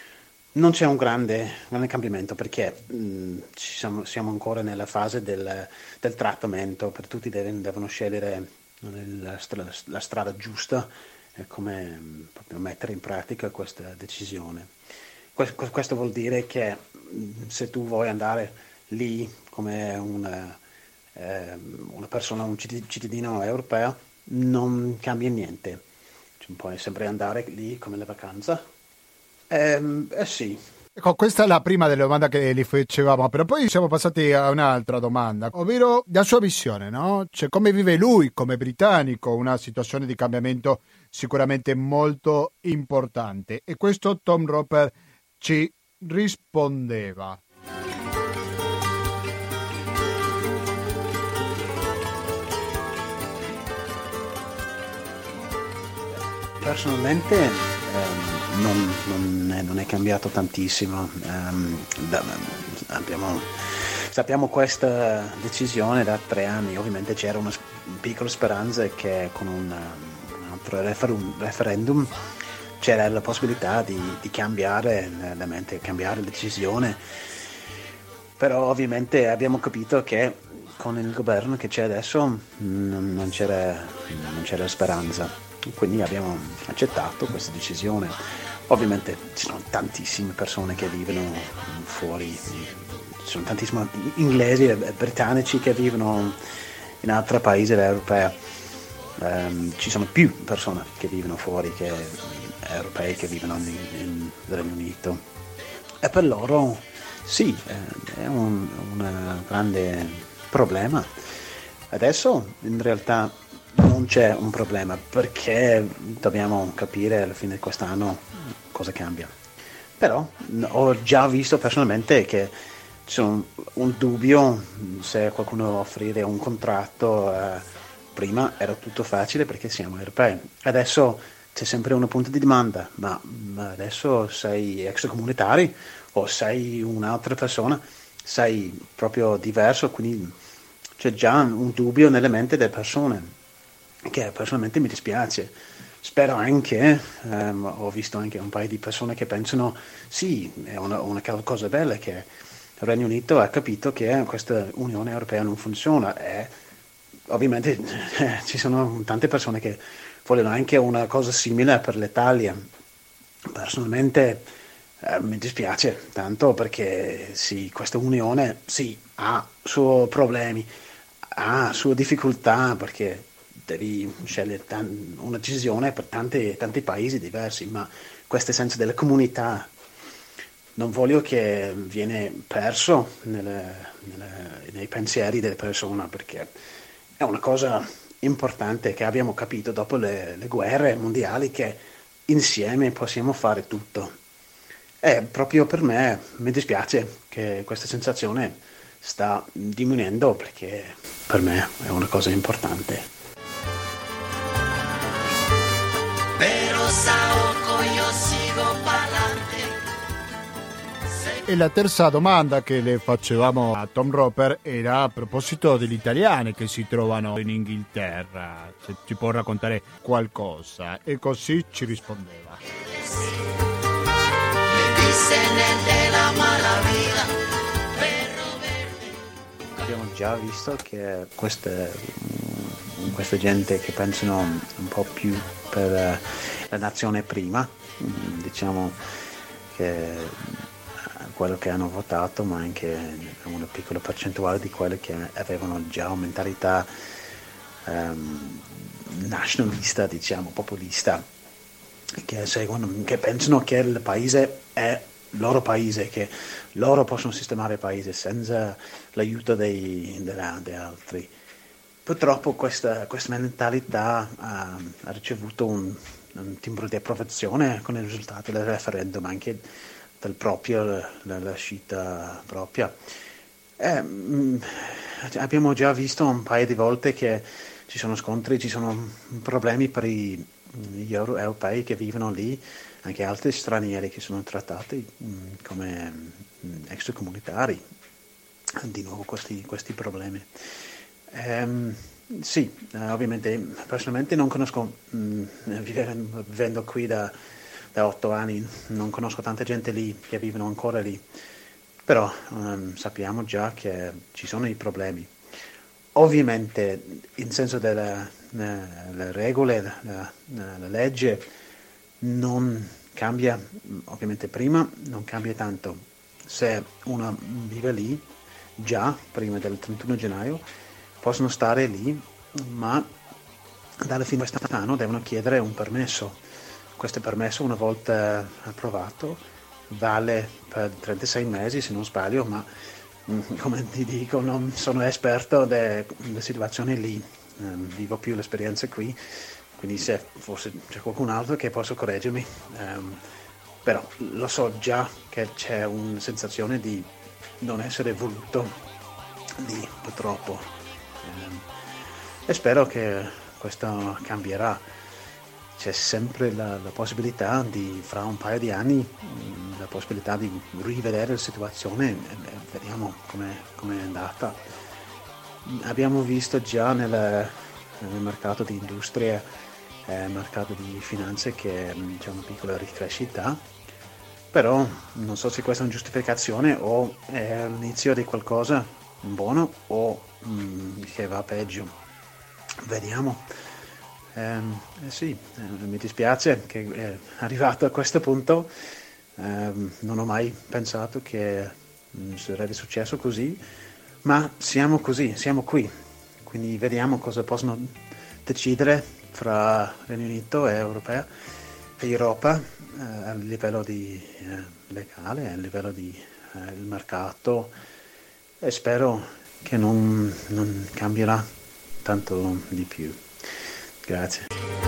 non c'è un grande, grande cambiamento, perché mh, ci siamo, siamo ancora nella fase del, del trattamento, per tutti devono, devono scegliere la, la, la strada giusta e come mh, proprio mettere in pratica questa decisione. Questo, questo vuol dire che mh, se tu vuoi andare lì come una, eh, una persona, un cittadino europeo, non cambia niente. Puoi sempre andare lì come le vacanze. Eh, eh sì. Ecco, questa è la prima delle domande che gli facevamo, però poi siamo passati a un'altra domanda, ovvero la sua visione, no? Cioè come vive lui come britannico una situazione di cambiamento sicuramente molto importante, e questo Tom Roper ci rispondeva. Personalmente ehm, non, non, è, non è cambiato tantissimo. Um, da, abbiamo, sappiamo questa decisione da tre anni. Ovviamente c'era una piccola speranza che con un, un altro referendum, referendum c'era la possibilità di, di cambiare la mente, cambiare la decisione, però ovviamente abbiamo capito che con il governo che c'è adesso non, non, c'era, non c'era speranza. Quindi abbiamo accettato questa decisione. Ovviamente ci sono tantissime persone che vivono fuori, ci sono tantissimi inglesi e britannici che vivono in altri paesi europei. Um, ci sono più persone che vivono fuori che europei che vivono in, in Regno Unito. E per loro sì, è un, una grande problema. Adesso in realtà non c'è un problema, perché dobbiamo capire alla fine di quest'anno cosa cambia. Però ho già visto personalmente che c'è un, un dubbio se qualcuno offrire un contratto. Eh, prima era tutto facile perché siamo europei, adesso c'è sempre un punto di domanda, ma, ma adesso sei extracomunitari o sei un'altra persona, sei proprio diverso, quindi c'è già un dubbio nelle menti delle persone, che personalmente mi dispiace. Spero anche, ehm, ho visto anche un paio di persone che pensano sì, è una, una cosa bella che il Regno Unito ha capito che questa Unione Europea non funziona, e ovviamente eh, ci sono tante persone che vogliono anche una cosa simile per l'Italia. Personalmente eh, mi dispiace tanto, perché sì, questa Unione sì, ha i suoi problemi, ha sue difficoltà, perché devi scegliere t- una decisione per tanti, tanti paesi diversi, ma questo senso della comunità non voglio che viene perso nelle, nelle, nei pensieri delle persone, perché è una cosa importante che abbiamo capito dopo le, le guerre mondiali, che insieme possiamo fare tutto. E proprio per me mi dispiace che questa sensazione sta diminuendo, perché per me è una cosa importante. Pero Saoco io sigo pa'lante. E la terza domanda che le facevamo a Tom Roper era a proposito degli italiani che si trovano in Inghilterra, se ci può raccontare qualcosa, e così ci rispondeva. Abbiamo già visto che queste, questa gente che pensano un po' più per la nazione prima, diciamo che quello che hanno votato, ma anche una piccola percentuale di quelli che avevano già una mentalità um, nazionalista, diciamo, populista, che seguono, che pensano che il paese è il loro paese, che loro possono sistemare il paese senza l'aiuto dei, della, degli altri. Purtroppo questa, questa mentalità ha, ha ricevuto un, un timbro di approvazione con il risultato del referendum, anche del proprio, la, la scelta propria. Eh, mh, abbiamo già visto un paio di volte che ci sono scontri, ci sono problemi per i, gli euro, europei che vivono lì, anche altri stranieri che sono trattati mh, come mh, extracomunitari. Di nuovo questi, questi problemi. Um, sì, eh, ovviamente personalmente non conosco, mh, vivendo, vivendo qui da, da otto anni, non conosco tanta gente lì che vivono ancora lì, però um, sappiamo già che ci sono i problemi. Ovviamente in senso delle le regole, la, la legge non cambia, ovviamente prima non cambia tanto. Se uno vive lì già prima del trentuno gennaio possono stare lì, ma dalla fine di quest'anno devono chiedere un permesso. Questo permesso, una volta approvato, vale per trentasei mesi se non sbaglio, ma come ti dico non sono esperto della situazione lì, um, vivo più l'esperienza qui, quindi se forse c'è qualcun altro che possa correggermi, um, però lo so già che c'è una sensazione di non essere voluto lì, purtroppo, um, e spero che questo cambierà. C'è sempre la, la possibilità di, fra un paio di anni, la possibilità di rivedere la situazione e, e vediamo come è andata. Abbiamo visto già nel, nel mercato di industria, eh, mercato di finanze, che c'è una piccola ricrescita, però non so se questa è una giustificazione o è l'inizio di qualcosa buono o mh, che va peggio. Vediamo. Eh, eh sì, eh, mi dispiace che è arrivato a questo punto, eh, non ho mai pensato che mh, sarebbe successo così, ma siamo così, siamo qui, quindi vediamo cosa possono decidere fra Regno Unito e Europea, Europa, eh, a livello di eh, legale, a livello di eh, il mercato, e spero che non, non cambierà tanto di più. Grazie.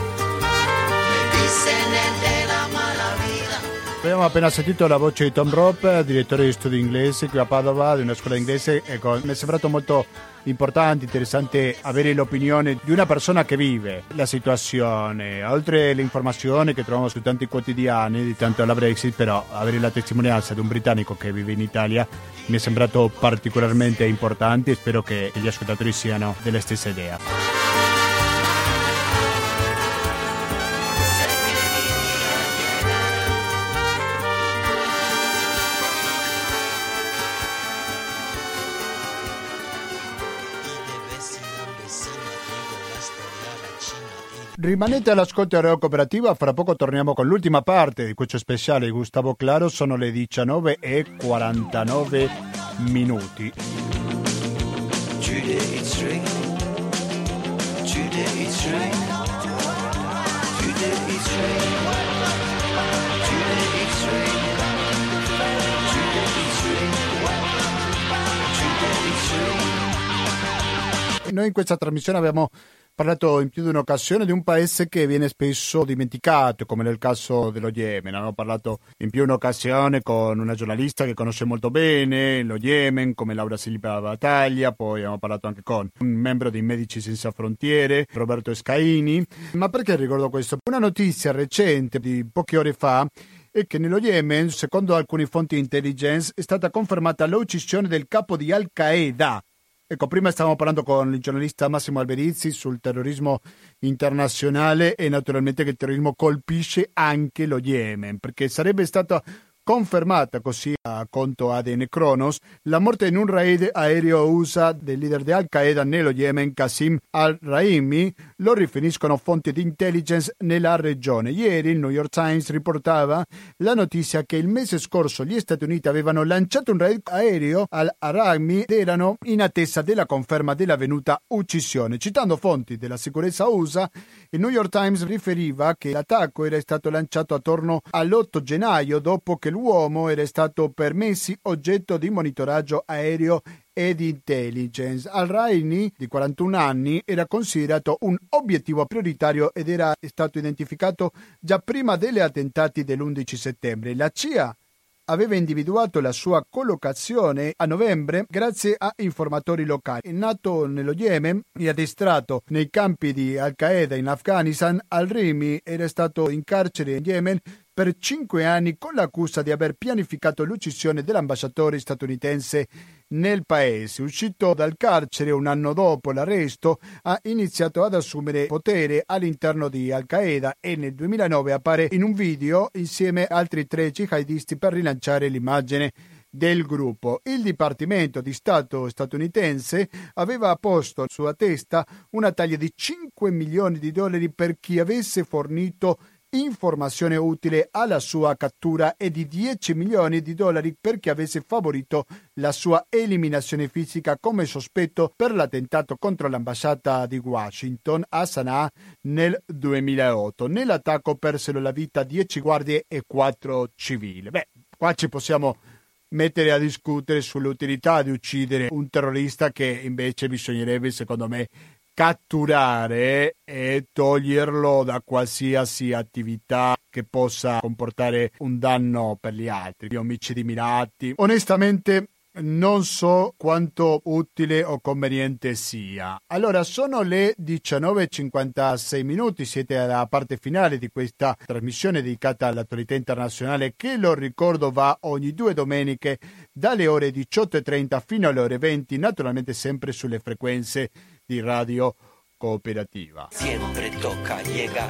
Abbiamo appena sentito la voce di Tom Rope, direttore di studi inglesi qui a Padova, di una scuola inglese. Ecco, mi è sembrato molto importante, interessante avere l'opinione di una persona che vive la situazione, oltre le informazioni che troviamo su tanti quotidiani di tanto alla Brexit, però avere la testimonianza di un britannico che vive in Italia mi è sembrato particolarmente importante e spero che gli ascoltatori siano della stessa idea. Rimanete all'ascolto di Radio Cooperativa, fra poco torniamo con l'ultima parte di questo speciale di Gustavo Claro, sono le diciannove e quarantanove minuti. Noi in questa trasmissione abbiamo parlato in più di un'occasione di un paese che viene spesso dimenticato, come nel caso dello Yemen. Abbiamo parlato in più di un'occasione con una giornalista che conosce molto bene lo Yemen, come Laura Silva Battaglia, poi abbiamo parlato anche con un membro di Medici Senza Frontiere, Roberto Escaini. Ma perché ricordo questo? Una notizia recente di poche ore fa è che nello Yemen, secondo alcune fonti di intelligence, è stata confermata l'uccisione del capo di Al-Qaeda. Ecco, prima stavamo parlando con il giornalista Massimo Alberizzi sul terrorismo internazionale e naturalmente che il terrorismo colpisce anche lo Yemen, perché sarebbe stata confermata, così a conto A D N Kronos, la morte in un raid aereo U S A del leader di Al-Qaeda nello Yemen, Qasim al-Rahimi, lo riferiscono fonti di intelligence nella regione. Ieri il New York Times riportava la notizia che il mese scorso gli Stati Uniti avevano lanciato un raid aereo al-Rahimi ed erano in attesa della conferma dell'avvenuta uccisione. Citando fonti della sicurezza U S A, il New York Times riferiva che l'attacco era stato lanciato attorno all'otto gennaio, dopo che l'uomo era stato per mesi oggetto di monitoraggio aereo e di intelligence. Al-Rahimi, di quarantuno anni, era considerato un obiettivo prioritario ed era stato identificato già prima degli attentati dell'undici settembre. La C I A aveva individuato la sua collocazione a novembre grazie a informatori locali. Nato nello Yemen e addestrato nei campi di Al-Qaeda in Afghanistan, al-Rahimi era stato in carcere in Yemen per cinque anni con l'accusa di aver pianificato l'uccisione dell'ambasciatore statunitense nel paese. Uscito dal carcere un anno dopo l'arresto, ha iniziato ad assumere potere all'interno di Al-Qaeda e nel duemilanove appare in un video insieme a altri tre jihadisti per rilanciare l'immagine del gruppo. Il Dipartimento di Stato statunitense aveva posto sulla testa una taglia di cinque milioni di dollari per chi avesse fornito informazione utile alla sua cattura e di dieci milioni di dollari per chi avesse favorito la sua eliminazione fisica come sospetto per l'attentato contro l'ambasciata di Washington a Sana'a nel duemilaotto. Nell'attacco persero la vita dieci guardie e quattro civili. Beh, qua ci possiamo mettere a discutere sull'utilità di uccidere un terrorista che invece bisognerebbe, secondo me, catturare e toglierlo da qualsiasi attività che possa comportare un danno per gli altri, gli omicidi mirati. Onestamente non so quanto utile o conveniente sia. Allora, sono le diciannove e cinquantasei minuti, siete alla parte finale di questa trasmissione dedicata all'attualità internazionale che, lo ricordo, va ogni due domeniche dalle ore diciotto e trenta fino alle ore venti, naturalmente sempre sulle frequenze di Radio Cooperativa. Siempre toca llegar.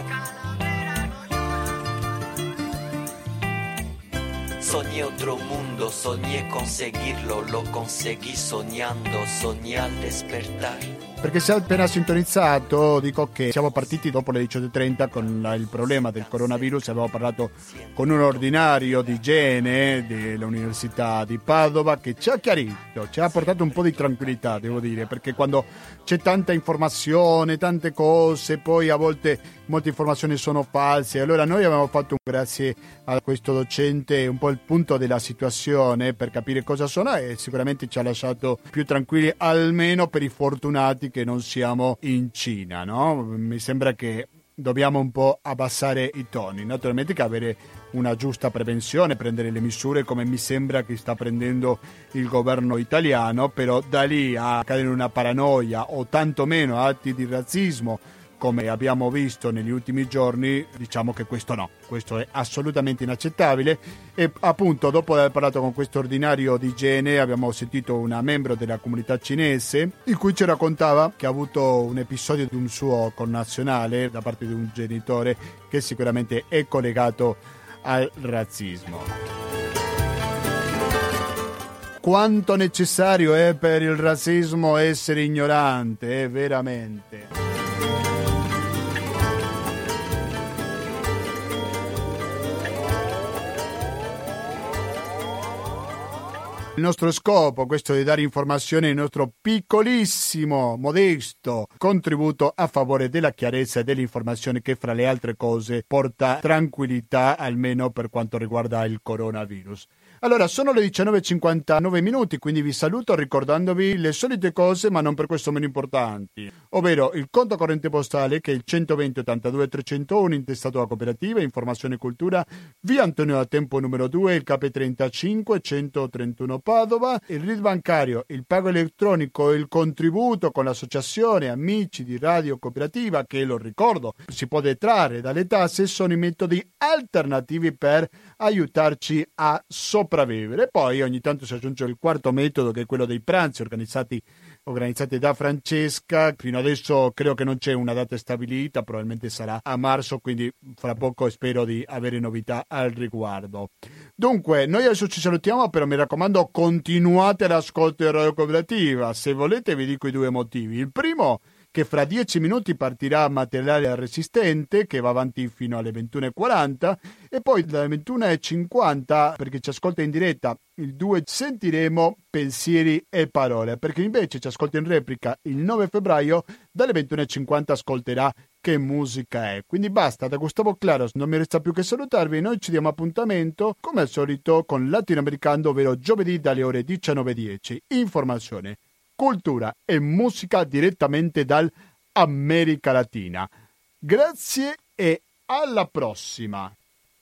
Soñé otro mundo, soñé conseguirlo, lo conseguí soñando, soñé al despertar. Perché se hai appena sintonizzato, dico che siamo partiti dopo le diciotto e trenta con la, il problema del coronavirus. Abbiamo parlato con un ordinario di igiene dell'Università di Padova che ci ha chiarito, ci ha portato un po' di tranquillità, devo dire, perché quando c'è tanta informazione, tante cose, poi a volte molte informazioni sono false. Allora noi abbiamo fatto, grazie a questo docente, un po' il punto della situazione per capire cosa sono, e sicuramente ci ha lasciato più tranquilli, almeno per i fortunati che non siamo in Cina, no? Mi sembra che dobbiamo un po' abbassare i toni, naturalmente che avere una giusta prevenzione, prendere le misure come mi sembra che sta prendendo il governo italiano, però da lì a cadere in una paranoia o tantomeno atti di razzismo come abbiamo visto negli ultimi giorni, diciamo che questo no, questo è assolutamente inaccettabile. E appunto, dopo aver parlato con questo ordinario di igiene, abbiamo sentito una membro della comunità cinese in cui ci raccontava che ha avuto un episodio di un suo connazionale da parte di un genitore che sicuramente è collegato al razzismo. Quanto necessario è per il razzismo essere ignorante, è veramente. Il nostro scopo, questo di dare informazioni, il nostro piccolissimo, modesto contributo a favore della chiarezza e dell'informazione che, fra le altre cose, porta tranquillità, almeno per quanto riguarda il coronavirus. Allora, sono le diciannove e cinquantanove minuti, quindi vi saluto ricordandovi le solite cose, ma non per questo meno importanti, ovvero il conto corrente postale, che è il centoventi ottantadue trecentouno, intestato a Cooperativa Informazione e Cultura, via Antonio da Tempo numero due, il K trentacinque centotrentuno Padova, il R I D bancario, il pago elettronico e il contributo con l'associazione Amici di Radio Cooperativa, che lo ricordo si può detrarre dalle tasse, sono i metodi alternativi per aiutarci a sopravvivere. Poi ogni tanto si aggiunge il quarto metodo, che è quello dei pranzi organizzati organizzati da Francesca. Fino adesso credo che non c'è una data stabilita, probabilmente sarà a marzo, quindi fra poco spero di avere novità al riguardo. Dunque, noi adesso ci salutiamo, però mi raccomando, continuate l'ascolto di Radio Cooperativa. Se volete vi dico i due motivi. Il primo, che fra dieci minuti partirà Materiale Resistente, che va avanti fino alle ventuno e quaranta, e poi dalle ventuno e cinquanta, perché ci ascolta in diretta, il due, sentiremo Pensieri e Parole, perché invece ci ascolta in replica il nove febbraio, dalle ventuno e cinquanta ascolterà Che musica è. Quindi basta, da Gustavo Claros non mi resta più che salutarvi. Noi ci diamo appuntamento, come al solito, con Latinoamericano, ovvero giovedì dalle ore diciannove e dieci. Informazione, cultura e musica direttamente dall'America Latina. Grazie e alla prossima!